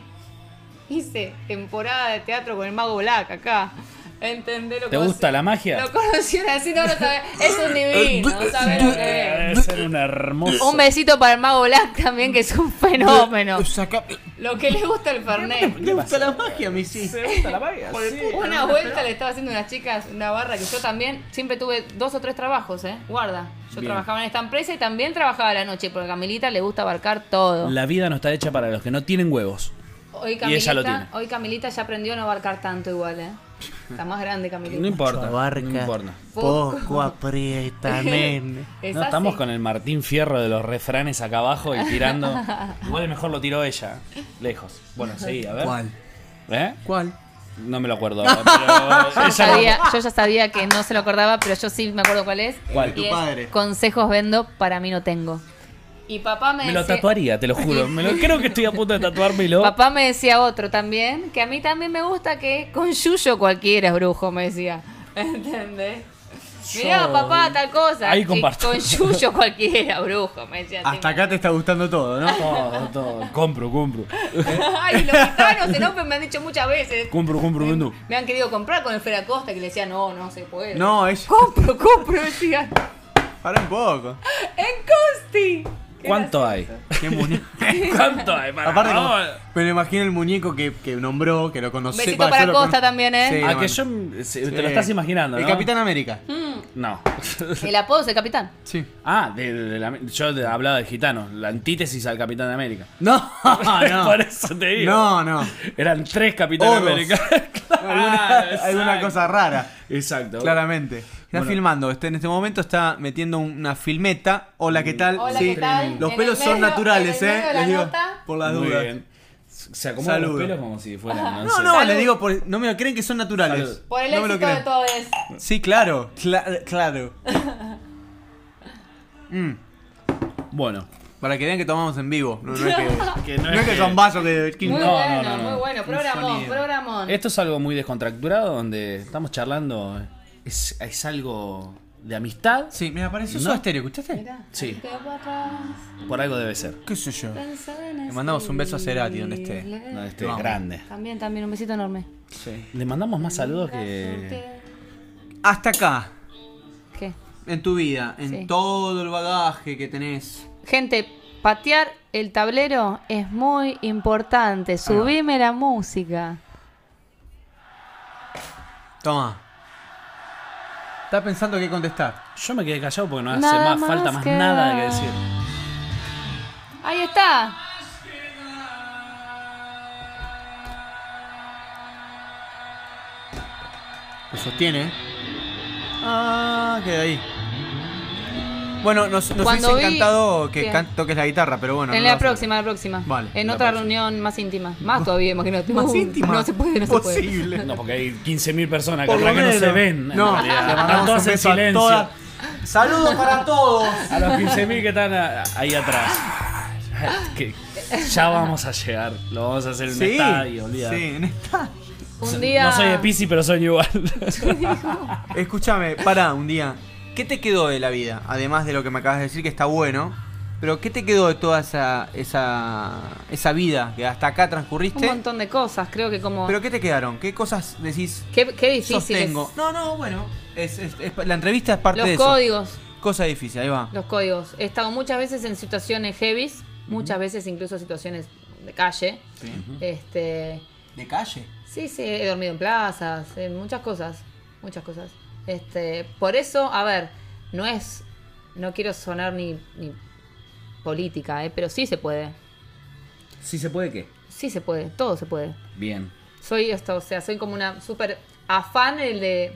hice temporada de teatro con el Mago Black acá. ¿Entendés? Lo ¿Te conocí- gusta la magia? Lo conocí así, no lo sabés. Es un divino, no sabés lo que es. Debe ser un hermoso. Un besito para el Mago Black también, que es un fenómeno. Saca... Lo que le gusta el Fernet. ¿Te gusta la magia? A mí sí. ¿Te gusta la magia? Una vuelta le estaba haciendo unas chicas una barra que yo también siempre tuve dos o tres trabajos, ¿eh? Guarda. Yo Bien. trabajaba en esta empresa y también trabajaba a la noche, porque a Camilita le gusta abarcar todo. La vida no está hecha para los que no tienen huevos. Hoy y ella lo Camilita, tiene. hoy Camilita ya aprendió a no abarcar tanto igual, ¿eh? Está más grande Camilita. No importa. abarca. No importa. Poco aprieta, nene. Es No así. estamos con el Martín Fierro de los refranes acá abajo y tirando. Igual mejor lo tiró ella. Lejos. Bueno, sí, a ver. ¿Cuál? ¿Eh? ¿Cuál? No me lo acuerdo ahora, pero. Yo, ella sabía, yo ya sabía que no se lo acordaba, pero yo sí me acuerdo cuál es. ¿Cuál? Tu Y es, padre. consejos vendo, para mí no tengo. Y papá me, Me lo decía- tatuaría, te lo juro. Me lo, creo que estoy a punto de tatuármelo. Papá me decía otro también, que a mí también me gusta que con Yuyo cualquiera es brujo, me decía. ¿Entendés? Mirá, Yo- papá, tal cosa. Ahí que comparto. con Yuyo cualquiera brujo, me decía. Hasta acá te está gustando todo, ¿no? Todo, todo. Compro, compro. Ay, los gitanos en Open me han dicho muchas veces. Compro, compro, vendo. Me han querido comprar con el Fera Costa, que le decía, no, no se puede. No, es... Compro, compro, decía. Para un poco. En Costi. ¿Cuánto hay? Qué muñeco. ¿Cuánto hay? Para Aparte, como- favor. me lo imagino el muñeco que, que nombró, que lo conocí. Besito para Costa también, ¿eh? Sí, A lo que man- yo. se- Te lo estás imaginando, El ¿no? Capitán América. No. El apodo es el capitán. Sí. Ah, de, de la- yo de- hablaba del gitano. La antítesis al Capitán de América. No, no. Por eso te digo. No, no. Eran tres Capitanes Odos. América. Alguna, Claro, alguna exacto. cosa rara. Exacto. Claramente. Está Bueno. filmando. Este, en este momento está metiendo una filmeta. Hola, ¿qué tal? Hola, Sí. ¿qué tal? Los En pelos el son medio- naturales, en el ¿eh? medio de la Les digo, nota. por las Muy dudas. bien. Se acomodan Saludo. los pelos como si fueran. No, sé. no, Salud. le digo, por- no me lo creen que son naturales. Salud. Por el no me lo éxito de creen. todos. Sí, claro. Cla- claro. Mm, Bueno. Para que vean que tomamos en vivo. No, no es que, Que no no es que son vasos que. Muy No, bueno, no, no, no. muy bueno. Programón, sonido. programón. Esto es algo muy descontracturado donde estamos charlando. Es, es algo de amistad. Sí, me apareció No. su estéreo, ¿escuchaste? Mirá, Sí. te va atrás, Por algo debe ser. ¿Qué sé yo? pensaba en Le mandamos un beso a Cerati donde esté. escribirle. No, este es Vamos. grande. También, también, un besito enorme. Sí. Le mandamos más saludos que. Hasta acá, ¿Qué? en tu vida, en Sí. todo el bagaje que tenés. Gente, patear el tablero es muy importante. Subime la música. Toma. Está pensando qué contestar. Yo me quedé callado porque no hace Nada más, falta más más que nada que dar. decir. Ahí está. Lo sostiene. ¿eh? Ah, queda ahí. Bueno, nos, nos Cuando hubiese vi- encantado que Bien. can- toques la guitarra, pero bueno. En no la lo vas a próxima, la próxima. Vale, en la otra próxima. reunión más íntima. Más todavía, imagínate. hacer. Más Uh, íntima. No se puede, no se puede. Posible. No, porque hay quince mil personas acá Por lo atrás que no menos. se ven. en No, realidad. le Están mandamos todas un en beso a silencio. todas. Saludos para todos. A los quince mil que están a- ahí atrás. Que ya vamos a llegar. Lo vamos a hacer en un estadio, olvidate. sí, en estadio. Un día. No soy de Pisi, pero soy igual. Escúchame, pará, un día. ¿Qué te quedó de la vida? Además de lo que me acabas de decir, que está bueno. Pero ¿qué te quedó de toda esa, esa, esa vida que hasta acá Un transcurriste? montón de cosas, creo que como. ¿Pero qué te quedaron? ¿Qué cosas decís? Qué, qué difícil. Sostengo. es. No, no, bueno. Es, es- es- la entrevista es parte Los de eso. códigos. Cosa difícil, ahí va. Los códigos. He estado muchas veces en situaciones heavies, muchas veces incluso situaciones de calle. Sí. Este. ¿De calle? Sí, sí, he dormido en plazas, en muchas cosas, muchas cosas. Este, por eso, a ver, no es, no quiero sonar ni, ni política, ¿eh? Pero sí se puede, ¿Sí se puede qué? sí se puede, todo se puede. Bien. Soy esto, o sea, soy como una súper afán el de,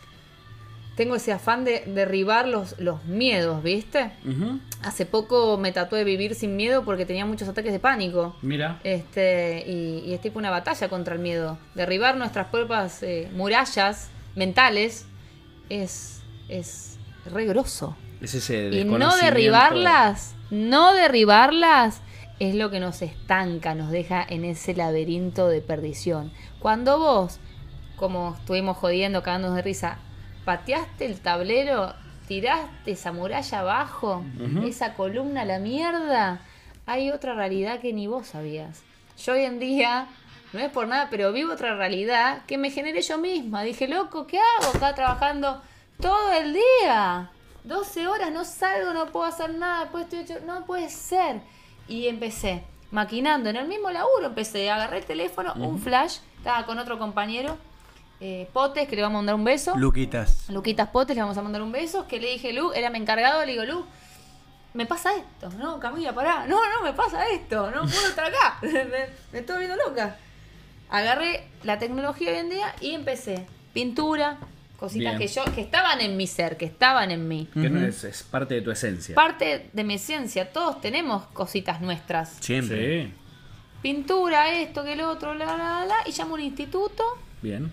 tengo ese afán de derribar los, los miedos, ¿viste? Ujú. Hace poco me tatué de vivir sin miedo porque tenía muchos ataques de pánico. Mira. Este, y, y es tipo una batalla contra el miedo. Derribar nuestras propias eh, murallas mentales es, es re grosso. Es ese Y no desconocimiento. derribarlas, no derribarlas es lo que nos estanca, nos deja en ese laberinto de perdición. Cuando vos, como estuvimos jodiendo, cagándonos de risa, pateaste el tablero, tiraste esa muralla abajo, esa columna a la mierda, hay otra realidad que ni vos sabías. Yo hoy en día, no es por nada, pero vivo otra realidad que me generé yo misma. Dije, loco, ¿qué hago acá trabajando todo el día? doce horas, no salgo, no puedo hacer nada, después estoy hecho, no puede ser. Y empecé, maquinando, en el mismo laburo empecé, agarré el teléfono, un flash, estaba con otro compañero, eh, Potes, que le vamos a mandar un beso. Luquitas. Luquitas Potes, le vamos a mandar un beso, que le dije, Lu, era mi encargado, le digo, Lu, me pasa esto, no, Camila, pará, no, no, me pasa esto, no puedo estar acá, me, me estoy viendo loca. Agarré la tecnología hoy en día y empecé, pintura, cositas Bien. que yo, que estaban en mi ser, que estaban en mí. Que no es, es parte de tu esencia. Parte de mi esencia, todos tenemos cositas nuestras. Siempre. Sí. Pintura, esto, que el otro, la, la, la, la, y llamo a un instituto. Bien.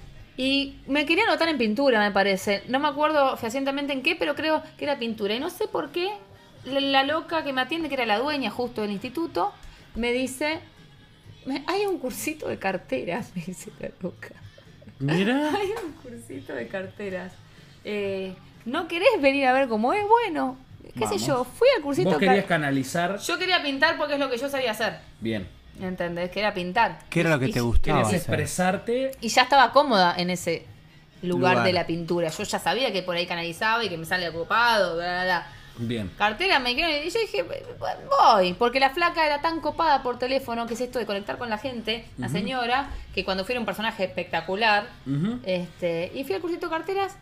Y me quería anotar en pintura, me parece. No me acuerdo fehacientemente en qué, pero creo que era pintura. Y no sé por qué la, la loca que me atiende, que era la dueña justo del instituto, me dice, "Me- hay un cursito de carteras", me dice la loca. Mira. Hay un cursito de carteras. Eh, ¿No querés venir a ver cómo es? Bueno, qué Vamos. sé yo, fui al cursito Vos de querías car- canalizar. Yo quería pintar porque es lo que yo sabía hacer. Bien. ¿Entendés? Que era pintar. ¿Qué era lo que Y- te y- gustaba? Querías hacer? expresarte. Y ya estaba cómoda en ese lugar, Lugar. de la pintura. Yo ya sabía que por ahí canalizaba y que me sale ocupado, bla, bla, bla. Bien. Cartera me quedó y yo dije, voy, porque la flaca era tan copada por teléfono, que es esto de conectar con la gente, la señora, que cuando fui era un personaje espectacular. Ujú. este Y fui al cursito de carteras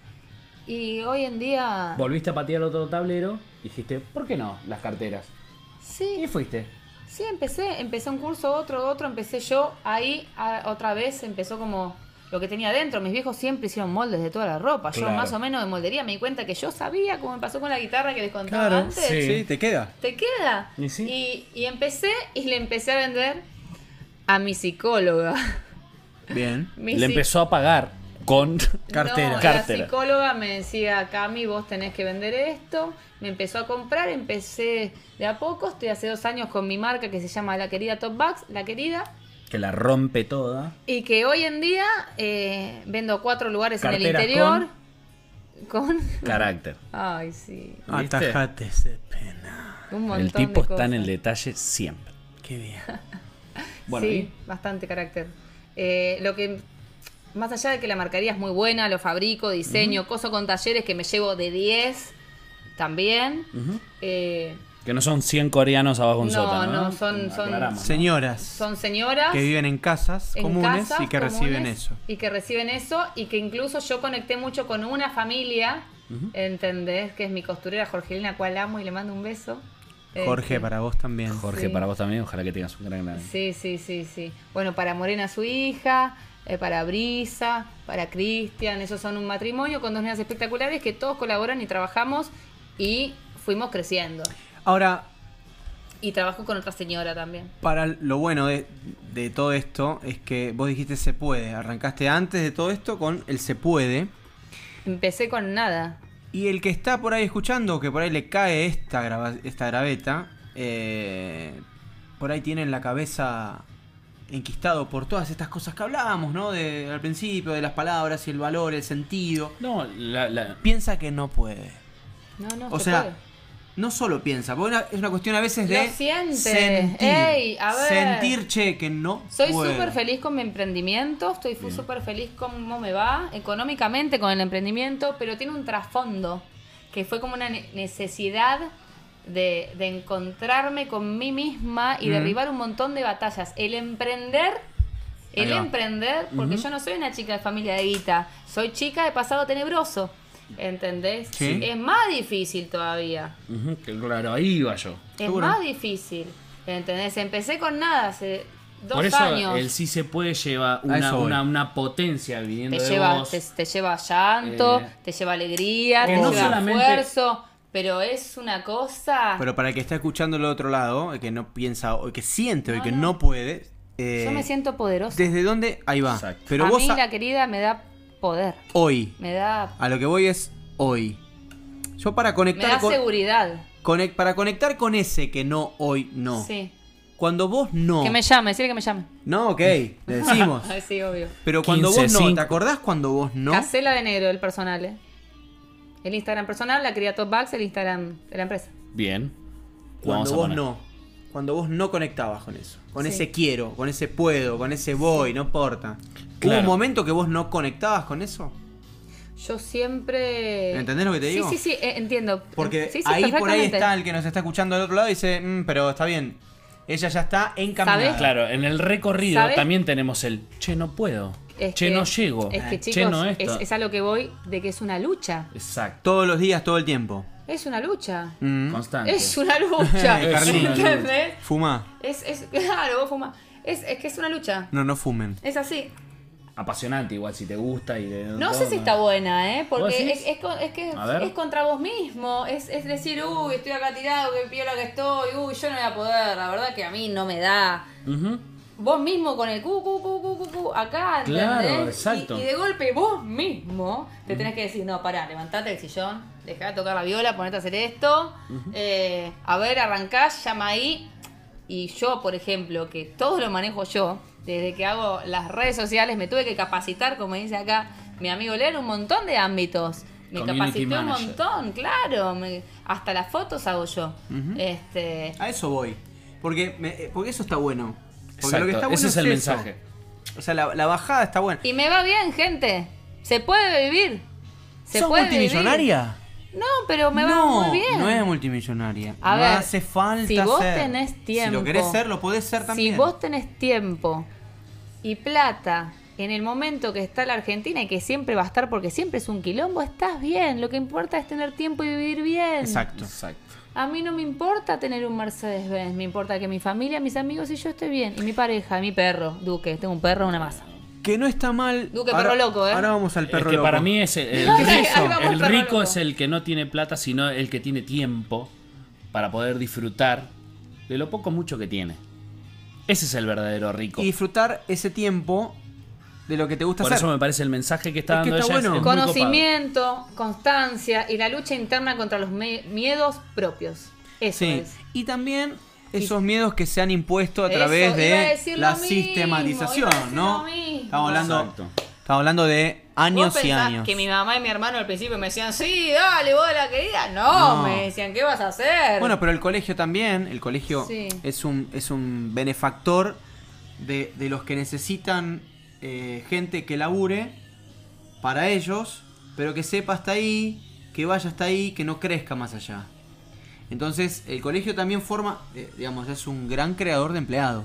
y hoy en día... Volviste a patear otro tablero. Dijiste, ¿por qué no? Las carteras. Sí, Y fuiste. sí, empecé, empecé un curso, otro, otro, empecé yo, ahí a- otra vez empezó como lo que tenía dentro. Mis viejos siempre hicieron moldes de toda la ropa. Yo Claro. más o menos de moldería me di cuenta que yo sabía, como me pasó con la guitarra que les contaba Claro, antes. sí. Sí, te queda. ¿Te queda? Y sí. y, y empecé y le empecé a vender a mi psicóloga. Bien. Mi Le psi- empezó a pagar con Cartera. No, Cartera. La psicóloga me decía, Cami, vos tenés que vender esto. Me empezó a comprar, empecé de a poco. Estoy hace dos años con mi marca que se llama La Querida Top Bags, La Querida. Que la rompe toda. Y que hoy en día eh, vendo cuatro lugares en el Carteras interior. Con... carácter. Ay, sí. ¿Viste? Atajate ese pena. Un montón El tipo de está en el cosas. detalle siempre. Qué bien. Bueno, Sí, bastante carácter. Eh, lo que, más allá de que la marcaría es muy buena, lo fabrico, diseño, coso con talleres que me llevo de diez también. Ujú. Eh, Que no son cien coreanos abajo de un no, sótano. no, ¿no? son, son, Aclaramos. Señoras son señoras que viven en casas en comunes casas y que comunes reciben eso. Y que reciben eso y que incluso yo conecté mucho con una familia, ¿entendés? Que es mi costurera Jorgelina, cual amo y le mando un beso. Jorge, Este, para vos también. Jorge, Sí. para vos también, ojalá que tengas un gran gran. Sí, sí, sí, sí. Bueno, para Morena, su hija, eh, para Brisa, para Cristian, esos son un matrimonio con dos nenas espectaculares que todos colaboran y trabajamos y fuimos creciendo. Ahora, Y trabajo con otra señora también. para lo bueno de, de todo esto es que vos dijiste se puede. Arrancaste antes de todo esto con el se puede. Empecé con nada. Y el que está por ahí escuchando, que por ahí le cae esta, grava esta graveta, eh, por ahí tiene en la cabeza enquistado por todas estas cosas que hablábamos, ¿no? De, al principio, de las palabras y el valor, el sentido. No, la, la- Piensa que no puede. No, no, O se sea, puede. no solo piensa, porque una- es una cuestión a veces Lo de siente. sentir. Ey, a ver. Sentir, che, que no Soy puedo. súper feliz con mi emprendimiento, estoy súper feliz con cómo me va económicamente con el emprendimiento, pero tiene un trasfondo que fue como una ne- necesidad de, de encontrarme con mí misma y Mm. derribar un montón de batallas. El emprender, el Ahí va. emprender, porque yo no soy una chica de familia de guita, soy chica de pasado tenebroso, ¿entendés? Sí. Es más difícil todavía. Ujú, que claro, ahí iba yo. Es Seguro. más difícil, ¿entendés? Empecé con nada hace dos Por eso años. el sí se puede lleva A una, eso voy. una, una potencia viniendo Te de lleva, vos. te, te lleva llanto, Eh, te lleva alegría, que te no lleva solamente- esfuerzo, pero es una cosa... Pero para el que está escuchando el otro lado, el que no piensa, o el que siente, o el No, que no. no puede. eh, Yo me siento poderosa. ¿Desde dónde? Ahí va. Exacto. Pero a vos mí a- la querida me da poder, hoy. me da, A lo que voy es hoy. Yo para me conectar da con. seguridad. conec- para conectar con ese que no, hoy no. Sí. Cuando vos no. Que me llame, decirle que me llame. No, ok, le decimos. Ay, sí, obvio. Pero cuando quince, vos no, cinco. ¿te acordás cuando vos no? Casela de negro, el personal, ¿eh? El Instagram personal, la querida Top Bucks, el Instagram de la empresa. Bien. Lo Cuando vamos a vos poner. no. Cuando vos no conectabas con eso. Con Sí. ese quiero, con ese puedo, con ese voy, no importa. ¿Hubo Claro. un momento que vos no conectabas con eso? Yo siempre... ¿Entendés lo que te digo? Sí, sí, sí, eh, entiendo. Porque Sí, sí, ahí por ahí perfectamente. está el que nos está escuchando del otro lado y dice, "Mm, pero está bien. Ella ya está encaminada. ¿Sabés? Claro, en el recorrido ¿Sabés? también tenemos el che, no puedo. Es che, que- no llego. Es que, che, chicos, no es, esto. es a lo que voy de que es una lucha. Exacto. Todos los días, todo el tiempo. Es una lucha. Mm. Constante. Es una lucha. Eh, Carlina. ¿Entendés? Fuma. Es, es, claro, vos fumás. Es, es que es una lucha. No, no fumen. Es así. Apasionante igual si te gusta y de- No todo, sé si está buena, ¿eh? ¿Vos Porque decís? es, es, con- es que A ver. es contra vos mismo. Es, es decir, uy, estoy acá tirado, que piola que estoy. Uy, yo no voy a poder. La verdad que a mí no me da. Ujú. Vos mismo con el cu, cu, cu, cu, cu, cu, acá, ¿entendés? Claro, exacto. Y, y de golpe vos mismo te tenés que decir, no, pará, levantate del sillón, dejá de tocar la viola, ponete a hacer esto, eh, a ver, arrancá, llama ahí. Y yo, por ejemplo, que todo lo manejo yo, desde que hago las redes sociales, me tuve que capacitar, como dice acá mi amigo Leer, un montón de ámbitos. Me Community capacité un manager. montón, claro. me- hasta las fotos hago yo. este A eso voy. Porque, me- eh, porque eso está bueno. Porque Exacto, lo que está bueno ese es el eso. mensaje. O sea, la, la bajada está buena. Y me va bien, gente. Se puede vivir. Se ¿Sos puede multimillonaria? vivir. No, pero me no, va muy bien. no es multimillonaria. A no ver, hace falta si vos ser. tenés Si tiempo, lo querés ser, lo podés ser también. Si vos tenés tiempo y plata en el momento que está la Argentina y que siempre va a estar porque siempre es un quilombo, estás bien. Lo que importa es tener tiempo y vivir bien. Exacto. Exacto. A mí no me importa tener un Mercedes-Benz, me importa que mi familia, mis amigos y yo esté bien. Y mi pareja, mi perro, Duque, tengo un perro, una masa. Que no está mal. Duque, ahora, perro loco, ¿eh? Ahora vamos al perro es que loco. para mí es el, el Ahí rico, vamos, el perro rico loco. es el que no tiene plata, sino el que tiene tiempo para poder disfrutar de lo poco mucho que tiene. Ese es el verdadero rico. Y disfrutar ese tiempo de lo que te gusta Por hacer. eso me parece el mensaje que está Es que dando está ella es- bueno. es muy copado. Conocimiento, constancia y la lucha interna contra los me- miedos propios. Eso Sí. es. Y también esos miedos que se han impuesto a través Eso, iba a de decir la lo mismo, sistematización, iba a decir ¿no? lo mismo. Estamos hablando, Exacto. estamos hablando de años ¿Vos y pensás años. que mi mamá y mi hermano al principio me decían, sí, dale, vos la querida? No, No. me decían, ¿qué vas a hacer? Bueno, pero el colegio también, el colegio Sí. es un es un benefactor de, de los que necesitan eh, gente que labure para ellos, pero que sepa hasta ahí, que vaya hasta ahí, que no crezca más allá. Entonces, el colegio también forma, eh, digamos, es un gran creador de empleados.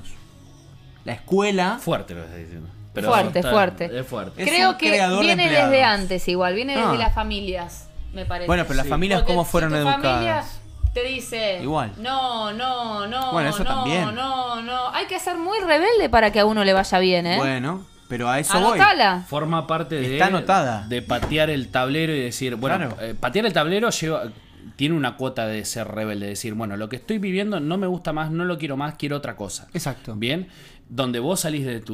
La escuela, Fuerte lo que estás diciendo. Fuerte, está- fuerte. Es fuerte. Es Creo un que creador de viene empleados. desde antes igual, viene Ah. desde las familias, me parece. bueno, pero las Sí. familias Porque cómo si fueron tu educadas. familia te dice, Igual. no, no, no, Bueno, eso no, también. no, no. Hay que ser muy rebelde para que a uno le vaya bien, ¿eh? Bueno, pero a eso voy. Anotala. Forma parte de, Está anotada. de patear el tablero y decir, bueno, Claro. eh, patear el tablero lleva tiene una cuota de ser rebelde, decir, bueno, lo que estoy viviendo no me gusta más, no lo quiero más, quiero otra cosa. Exacto. Bien, donde vos salís de tus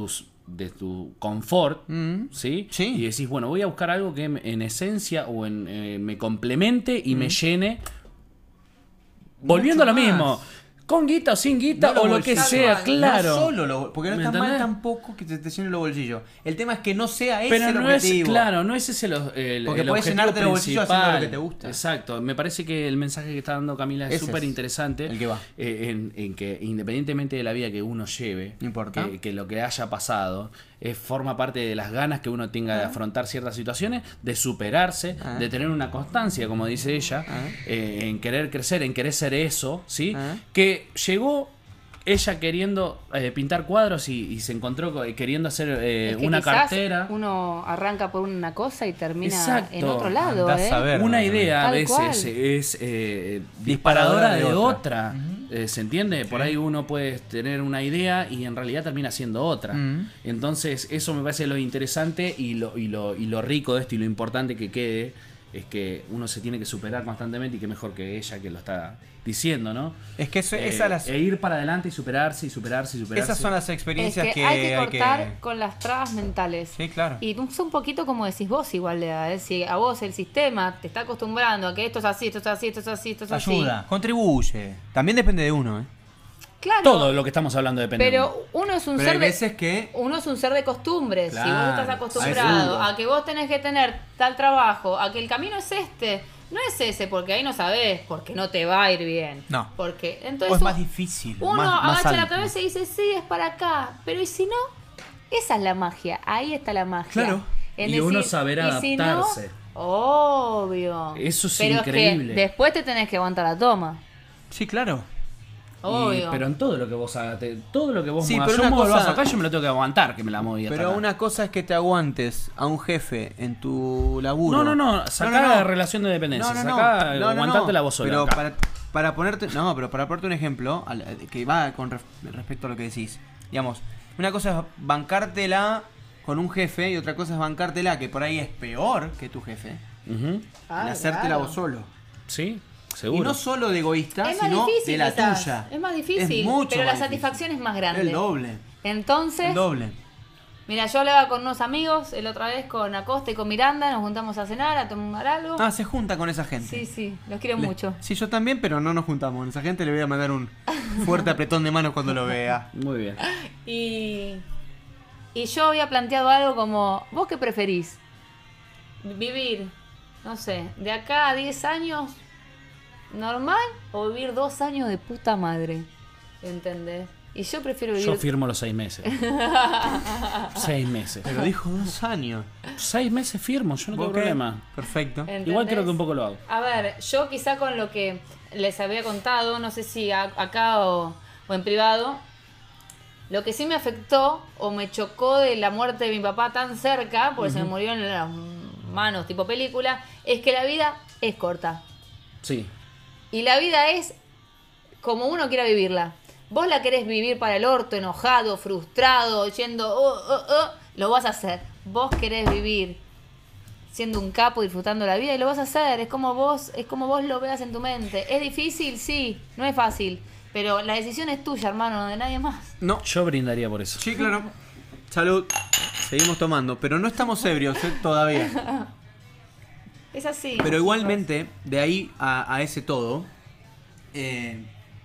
de tu confort, Mm. ¿sí? Sí. Y decís, bueno, voy a buscar algo que me- en esencia o en, eh, me complemente y me llene. Volviendo a lo más. mismo. Con guita o sin guita No o los lo que bolsillos. sea, claro. No solo lo, porque no ¿Me está mal entendés? tampoco que te, te llenen los bolsillos. El tema es que no sea ese Pero el no es, objetivo. claro, no es ese el, el, Porque el podés objetivo llenarte los bolsillos haciendo lo principal. que te gusta. Exacto, me parece que el mensaje que está dando Camila es Ese súper es interesante. el que va. eh, en, en que independientemente de la vida que uno lleve, No importa. que, que lo que haya pasado, eh, forma parte de las ganas que uno tenga de afrontar ciertas situaciones, de superarse, Ah. de tener una constancia, como dice ella, Ah. eh, en querer crecer, en querer ser eso, ¿sí? Ah. Que llegó ella queriendo eh, pintar cuadros y, y se encontró co- queriendo hacer eh, Es que una quizás cartera. Uno arranca por una cosa y termina Exacto. en otro lado, Andás ¿eh? a ver. Una Realmente. idea a Tal veces cual. es eh, disparadora Disparadora de de otra. Eh, ¿Se entiende? Por ahí uno puede tener una idea y en realidad termina siendo otra. Mm. Entonces, eso me parece lo interesante y lo, y, lo, y lo rico de esto y lo importante que quede es que uno se tiene que superar constantemente y que mejor que ella que lo está diciendo, ¿no? Es que eso, Eh, esas, las, e ir para adelante y superarse y superarse y superarse. esas son las Es experiencias que, que, hay que cortar con las trabas mentales. Sí, claro. Y es un poquito como decís vos igual, Lea, ¿eh? Si a vos el sistema te está acostumbrando a que esto es así, esto es así, esto es así, esto es así. Ayuda. Contribuye. También depende de uno, ¿eh? Claro. Todo lo que estamos hablando depende de uno. Pero uno es un Pero hay ser de, veces que... uno es un ser de costumbres. Si vos Claro, estás a acostumbrado eso. a que vos tenés que tener tal trabajo, a que el camino es este, no es ese, porque ahí no sabés, porque no te va a ir bien. No. Porque O entonces es más un- difícil. uno más, más agacha la alto. cabeza y dice, sí, es para acá. Pero ¿y si no? Esa es la magia. Ahí está la magia. Claro. En Y uno saber ¿y si no? adaptarse. Obvio. Eso es Pero increíble. Es que después te tenés que aguantar la toma. Sí, claro. Y- Obvio. pero en todo lo que vos hagas, te- todo lo que vos Sí, muevas, pero yo una muevo el cosa- vaso acá, yo me lo tengo que aguantar, que me la moví hasta Pero acá. una cosa es que te aguantes a un jefe en tu laburo. No, no, no, sacá la relación de dependencia, No, no, no. sacá, No, no, no. aguantate la voz sola Pero acá. para, para ponerte, no, pero para ponerte un ejemplo al- que va con ref- respecto a lo que decís. Digamos, una cosa es bancártela con un jefe y otra cosa es bancártela que por ahí es peor que tu jefe. Ujú. Ah, y hacértela claro. vos solo. Sí, Y seguro. no solo de egoísta, Es más sino difícil, de la quizás. tuya. Es más difícil, Es mucho pero más la difícil. satisfacción es más grande. El doble. Entonces, El doble. mira, yo hablaba con unos amigos, el otra vez con Acosta y con Miranda, nos juntamos a cenar, a tomar algo. Ah, se junta con esa gente. sí, sí, los quiero Le- mucho. Sí, yo también, pero no nos juntamos. A esa gente le voy a mandar un fuerte apretón de manos cuando lo vea. Muy bien. Y, y yo había planteado algo como, ¿vos qué preferís? ¿Vivir, no sé, de acá a diez años normal o vivir dos años de puta madre? ¿Entendés? Y yo prefiero vivir... Yo firmo los seis meses. seis meses. Pero dijo dos años. Seis meses firmo, yo no tengo ¿Vos qué? problema. Perfecto. ¿Entendés? Igual creo que un poco lo hago. A ver, yo quizá con lo que les había contado, no sé si a- acá o, o en privado, lo que sí me afectó o me chocó de la muerte de mi papá tan cerca, porque se me murió en las manos tipo película, es que la vida es corta. Sí. Y la vida es como uno quiera vivirla. Vos la querés vivir para el orto, enojado, frustrado, yendo, oh, oh, oh, lo vas a hacer. Vos querés vivir siendo un capo, disfrutando la vida y lo vas a hacer. Es como vos, es como vos lo veas en tu mente. ¿Es difícil? Sí, no es fácil. Pero la decisión es tuya, hermano, de nadie más. No. Yo brindaría por eso. Sí, claro. Salud. Seguimos tomando, pero no estamos ebrios ¿eh? todavía. Es así. Pero igualmente, de ahí a, a ese todo, eh,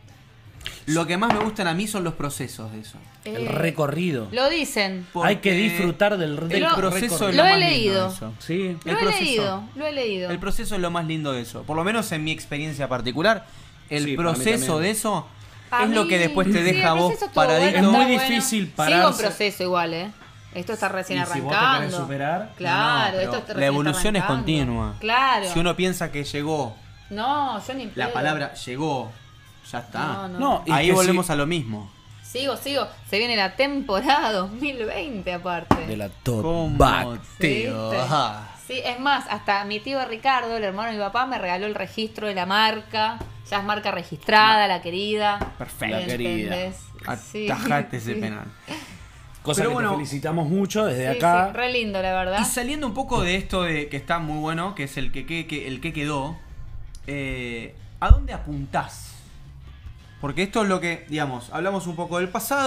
lo que más me gustan a mí son los procesos de eso. El Eh, recorrido. Lo dicen. Hay que Porque disfrutar del, del el Lo- proceso es lo lo he más lindo leído. de eso. Sí. Lo el he proceso. leído, lo he leído. El proceso es lo más lindo de eso. Por lo menos en mi experiencia particular, el Sí, para mí proceso también. de eso A es lo mí- que después te sí, deja el vos proceso estuvo paradito. bueno, Es muy está difícil Sigo pararse. en proceso igual, ¿eh? Esto está recién Y si vos te arrancando. querés superar, claro, No, no, esto pero está la recién evolución es arrancando. continua. Claro. Si uno piensa que llegó, No, yo ni la pedo. palabra llegó, ya está. No, no. No, y Ahí que volvemos si- a lo mismo. Sigo, sigo. Se viene la temporada dos mil veinte aparte. de la top ¿Cómo back. te ¿Viste? va? Sí, es más, hasta mi tío Ricardo, el hermano de mi papá, me regaló el registro de la marca. Ya es marca registrada, la querida. Perfecto. La querida. ¿Entendés? Sí, Atajate ese sí. penal. Cosa Pero que bueno, te felicitamos mucho desde Sí, acá. sí, re lindo, la verdad. Y saliendo un poco de esto de que está muy bueno, que es el que, que- que- el que quedó, eh, ¿a dónde apuntás? Porque esto es lo que, digamos, hablamos un poco del pasado,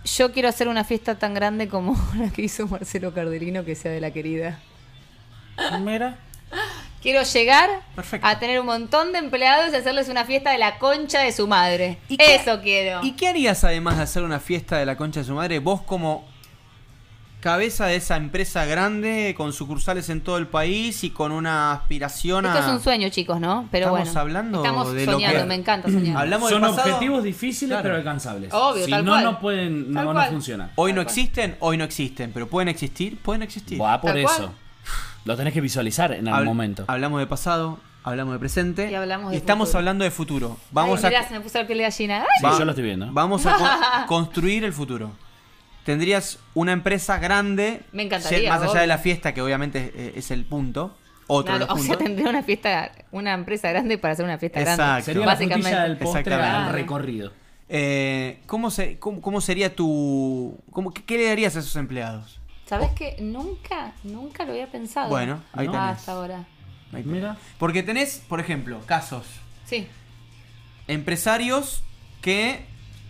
Yo quiero hacer una fiesta tan grande como la que hizo Marcelo Cardelino, que sea de la querida. Mira. Quiero llegar Perfecto. a tener un montón de empleados y hacerles una fiesta de la concha de su madre. ¿Y qué- Eso quiero. ¿Y qué harías además de hacer una fiesta de la concha de su madre? Vos como cabeza de esa empresa grande, con sucursales en todo el país y con una aspiración a... Esto es un sueño, chicos, ¿no? Pero Estamos bueno. hablando estamos de lo soñando, que- me encanta soñar. Hablamos Son del pasado. objetivos difíciles Claro. pero alcanzables. Obvio, si tal no, cual. no pueden, Tal no, no cual. funciona. Hoy no Tal cual. existen, hoy no existen, pero pueden existir, pueden existir. Va por Tal eso. cual. Lo tenés que visualizar en algún Habl- momento. Hablamos de pasado, hablamos de presente Y hablamos de estamos futuro. hablando de futuro. Vamos Ay, mirá, a se me puso la piel de gallina. ¡Ay! Sí, yo lo estoy viendo. Vamos a con- construir el futuro. Tendrías una empresa grande, Me encantaría, más allá obvio. de la fiesta, que obviamente eh, es el punto. Otro de Claro, los o sea, puntos. tendría una fiesta, una empresa grande para hacer una fiesta Exacto. grande. Sería la Básicamente. frutilla del postre Exactamente. al recorrido. Eh, ¿cómo, se- cómo, cómo sería tu... Cómo, qué, qué le darías a esos empleados? ¿Sabes qué? Nunca, nunca lo había pensado. Bueno, ahí No. tenés. Hasta ahora. Ahí tenés. Mira. Porque tenés, por ejemplo, casos. Sí. Empresarios que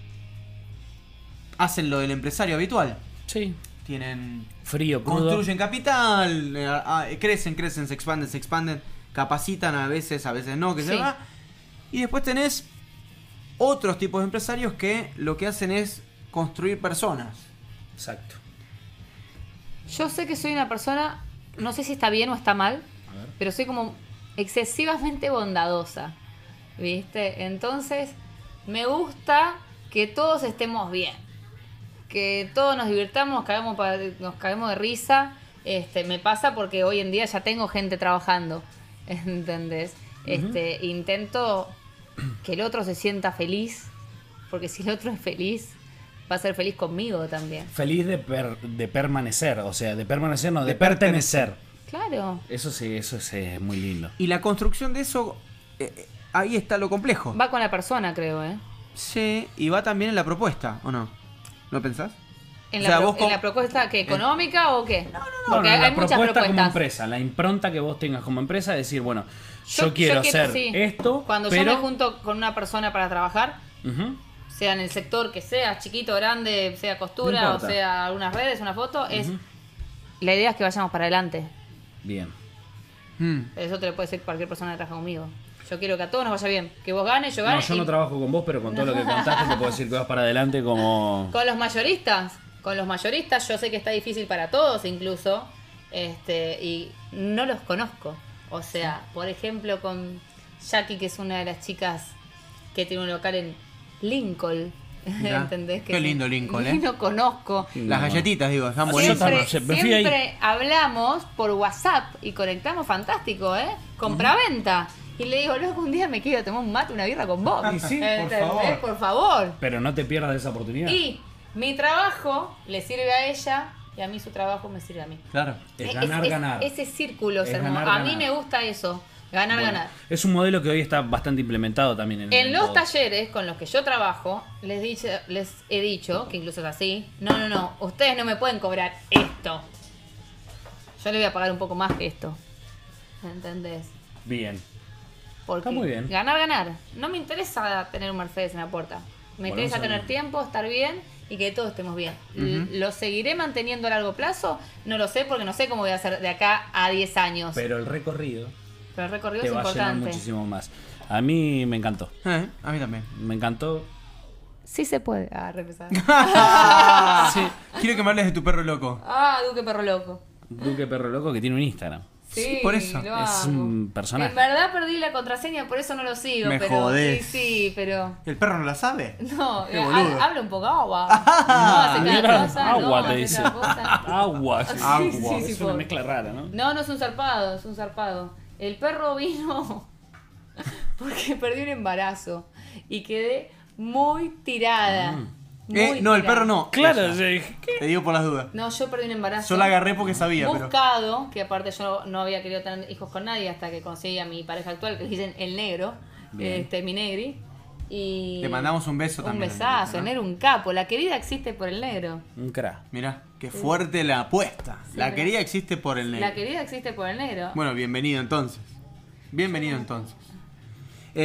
hacen lo del empresario habitual. Sí. Tienen... Frío, crudo. Construyen capital, eh, ah, crecen, crecen, se expanden, se expanden, capacitan a veces, a veces no, que se Sí. va. Y después tenés otros tipos de empresarios que lo que hacen es construir personas. Exacto. Yo sé que soy una persona, no sé si está bien o está mal, pero soy como excesivamente bondadosa, ¿viste? Entonces, me gusta que todos estemos bien, que todos nos divirtamos, nos caguemos, pa- nos caguemos de risa. Este, me pasa porque hoy en día ya tengo gente trabajando, ¿entendés? Este, intento que el otro se sienta feliz, porque si el otro es feliz, va a ser feliz conmigo también. Feliz de, per- de permanecer. O sea, de permanecer, no, de, De pertenecer. Claro. Eso sí, eso es eh, muy lindo. Y la construcción de eso, eh, eh, ahí está lo complejo. Va con la persona, creo, ¿eh? Sí, y va también en la propuesta, ¿o no? ¿No pensás? ¿En, O la, sea, pro- vos en con- la propuesta que económica o qué? No, no, No, Porque no, hay la muchas propuesta como propuestas. empresa, la impronta que vos tengas como empresa, es decir, bueno, yo, Yo- quiero yo quiero, hacer sí. esto, Cuando pero... yo me junto con una persona para trabajar, Ujú. sea en el sector que sea, chiquito, grande, sea No costura o importa. sea algunas redes, una foto, es Ujú. la idea es que vayamos para adelante. Bien. Mm. Eso te lo puede decir cualquier persona que trabaja conmigo. Yo quiero que a todos nos vaya bien, que vos ganes, yo No, gane. yo y- no trabajo con vos, pero con todo lo que contaste te puedo decir que vas para adelante como... Con los mayoristas, con los mayoristas yo sé que está difícil para todos incluso, este, y no los conozco. O sea, por ejemplo con Jackie, que es una de las chicas que tiene un local en Lincoln. Mirá, ¿Entendés? qué lindo Lincoln, ¿eh? No conozco. Las galletitas, digo, están Yo buenísimas. también. Siempre, me fui ahí. siempre hablamos por WhatsApp y conectamos fantástico, ¿eh? Compraventa. Y le digo, loco, un día me quiero tomar un mate, una birra con vos. Y sí, por ¿Entendés? favor. Por favor. Pero no te pierdas esa oportunidad. Y mi trabajo le sirve a ella y a mí su trabajo me sirve a mí. Claro. Es ganar, ganar. Ese círculo es Es hermoso. ganar, A mí ganar. me gusta eso. Ganar, Bueno, ganar. es un modelo que hoy está bastante implementado también en, En en los todo. talleres con los que yo trabajo, les, dicho, les he dicho, que incluso es así, no, no, no, ustedes no me pueden cobrar esto. Yo le voy a pagar un poco más que esto. ¿Entendés? Bien. Porque Está muy bien. ganar, ganar. No me interesa tener un Mercedes en la puerta. Me Bueno, interesa eso tener no. tiempo, estar bien y que todos estemos bien. L- ¿Lo seguiré manteniendo a largo plazo? No lo sé porque no sé cómo voy a hacer de acá a diez años. Pero, Pero el recorrido el recorrido te es va a llenar importante. muchísimo más. A mí me encantó. Eh, a mí también. Me encantó. Sí se puede. Ah, re pesado. Sí. Quiero que me hables de tu perro loco. Ah, Duque Perro Loco. Duque Perro Loco que tiene un Instagram. Sí, por eso. lo Es amo. un personaje. En verdad perdí la contraseña, por eso no lo sigo. Me pero, jodés. Sí, sí, pero. ¿El perro no la sabe? No, Qué ha- boludo. habla un poco agua. No, hace cada Mira, cosa. agua no, te hace dice. cada cosa. Agua. Sí, Agua. sí, sí, Es una pobre. mezcla rara, ¿no? No, no es un zarpado, es un zarpado. El perro vino porque perdí un embarazo y quedé muy tirada. Muy Eh, no, el tirada. perro no. Claro, Ella. yo dije, ¿qué? Te digo por las dudas. No, yo perdí un embarazo. Yo la agarré porque sabía, pero. Buscado, que aparte yo no había querido tener hijos con nadie hasta que conseguí a mi pareja actual, que le dicen el negro, Bien. este mi negri. Y Le mandamos un beso un también. besazo, ¿no? el negro un capo. La querida existe por el negro. Un crack. Mirá, qué fuerte la apuesta. la pero- querida existe por el negro. La querida existe por el negro. Bueno, bienvenido entonces. Bienvenido entonces. Eh,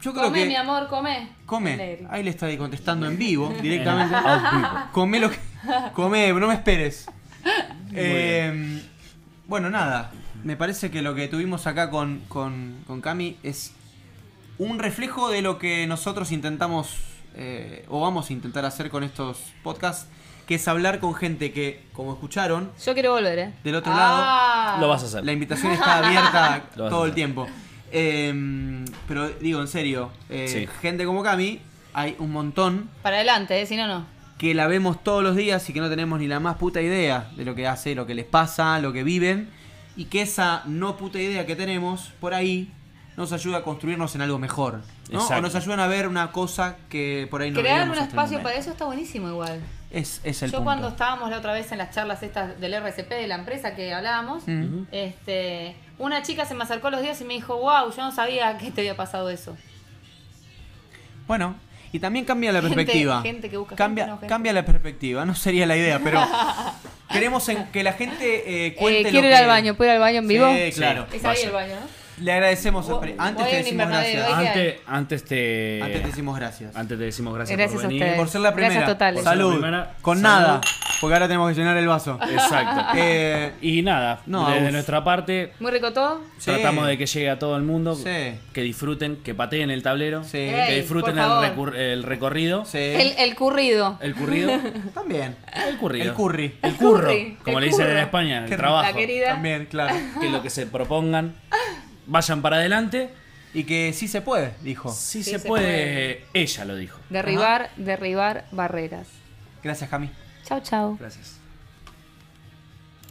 Yo creo Come, que... mi amor, come. Come. Negri. Ahí le está contestando en vivo, directamente. Out vivo. Come lo que... Come, no me esperes. Eh, bueno, nada. Me parece que lo que tuvimos acá con, con, con Cami es un reflejo de lo que nosotros intentamos eh, o vamos a intentar hacer con estos podcasts, que es hablar con gente que, como escucharon, Yo quiero volver, ¿eh? del otro Ah. Lo vas a hacer. la invitación está abierta Lo vas a todo el hacer. tiempo. Eh, pero digo, en serio, eh, Sí. gente como Cami, hay un montón Para adelante, ¿eh? Si no, no. que la vemos todos los días y que no tenemos ni la más puta idea de lo que hace, lo que les pasa, lo que viven, y que esa no puta idea que tenemos por ahí nos ayuda a construirnos en algo mejor, ¿no? Exacto. O nos ayudan a ver una cosa que por ahí no Crear veíamos un hasta el espacio momento. para eso está buenísimo igual. Es, es el Yo punto. cuando estábamos la otra vez en las charlas estas del R C P de la empresa que hablábamos, Mm. este, una chica se me acercó los días y me dijo, wow, yo no sabía que te había pasado eso. Bueno, y también cambia la Gente- perspectiva. gente que busca cambia, gente, no gente. cambia la perspectiva, no sería la idea, pero queremos en- que la gente eh, cuente Eh, lo quiero que... ir al baño, ¿puedo ir al baño en vivo? Sí, claro. Es ahí Vaya. el baño, ¿no? Le agradecemos. Voy- pre- Antes voy te a un decimos invernadero, gracias. ¿eh? Antes, antes te. Antes te decimos gracias. Antes te decimos gracias, Gracias por a venir. ustedes. Por ser la primera. Gracias totales. Por ser la Salud. primera. Con Salud. nada. Porque ahora tenemos que llenar el vaso. Exacto. Eh, Y nada, No, desde Agus. nuestra parte, Muy rico todo. Sí. tratamos de que llegue a todo el mundo, Sí. que disfruten, que pateen el tablero, Sí. que Ey, disfruten por el, favor. recur- el recorrido, sí. El, el currido. el currido, También. el currido, El curry. el curro, curry, como el le dicen curro. en España, Qué el trabajo, La querida. También, claro. que lo que se propongan, vayan para adelante. Y que sí se puede, dijo. Si Sí se, se puede, ella lo dijo. Derribar, derribar barreras. Gracias, Cami. Chau, chau. Gracias.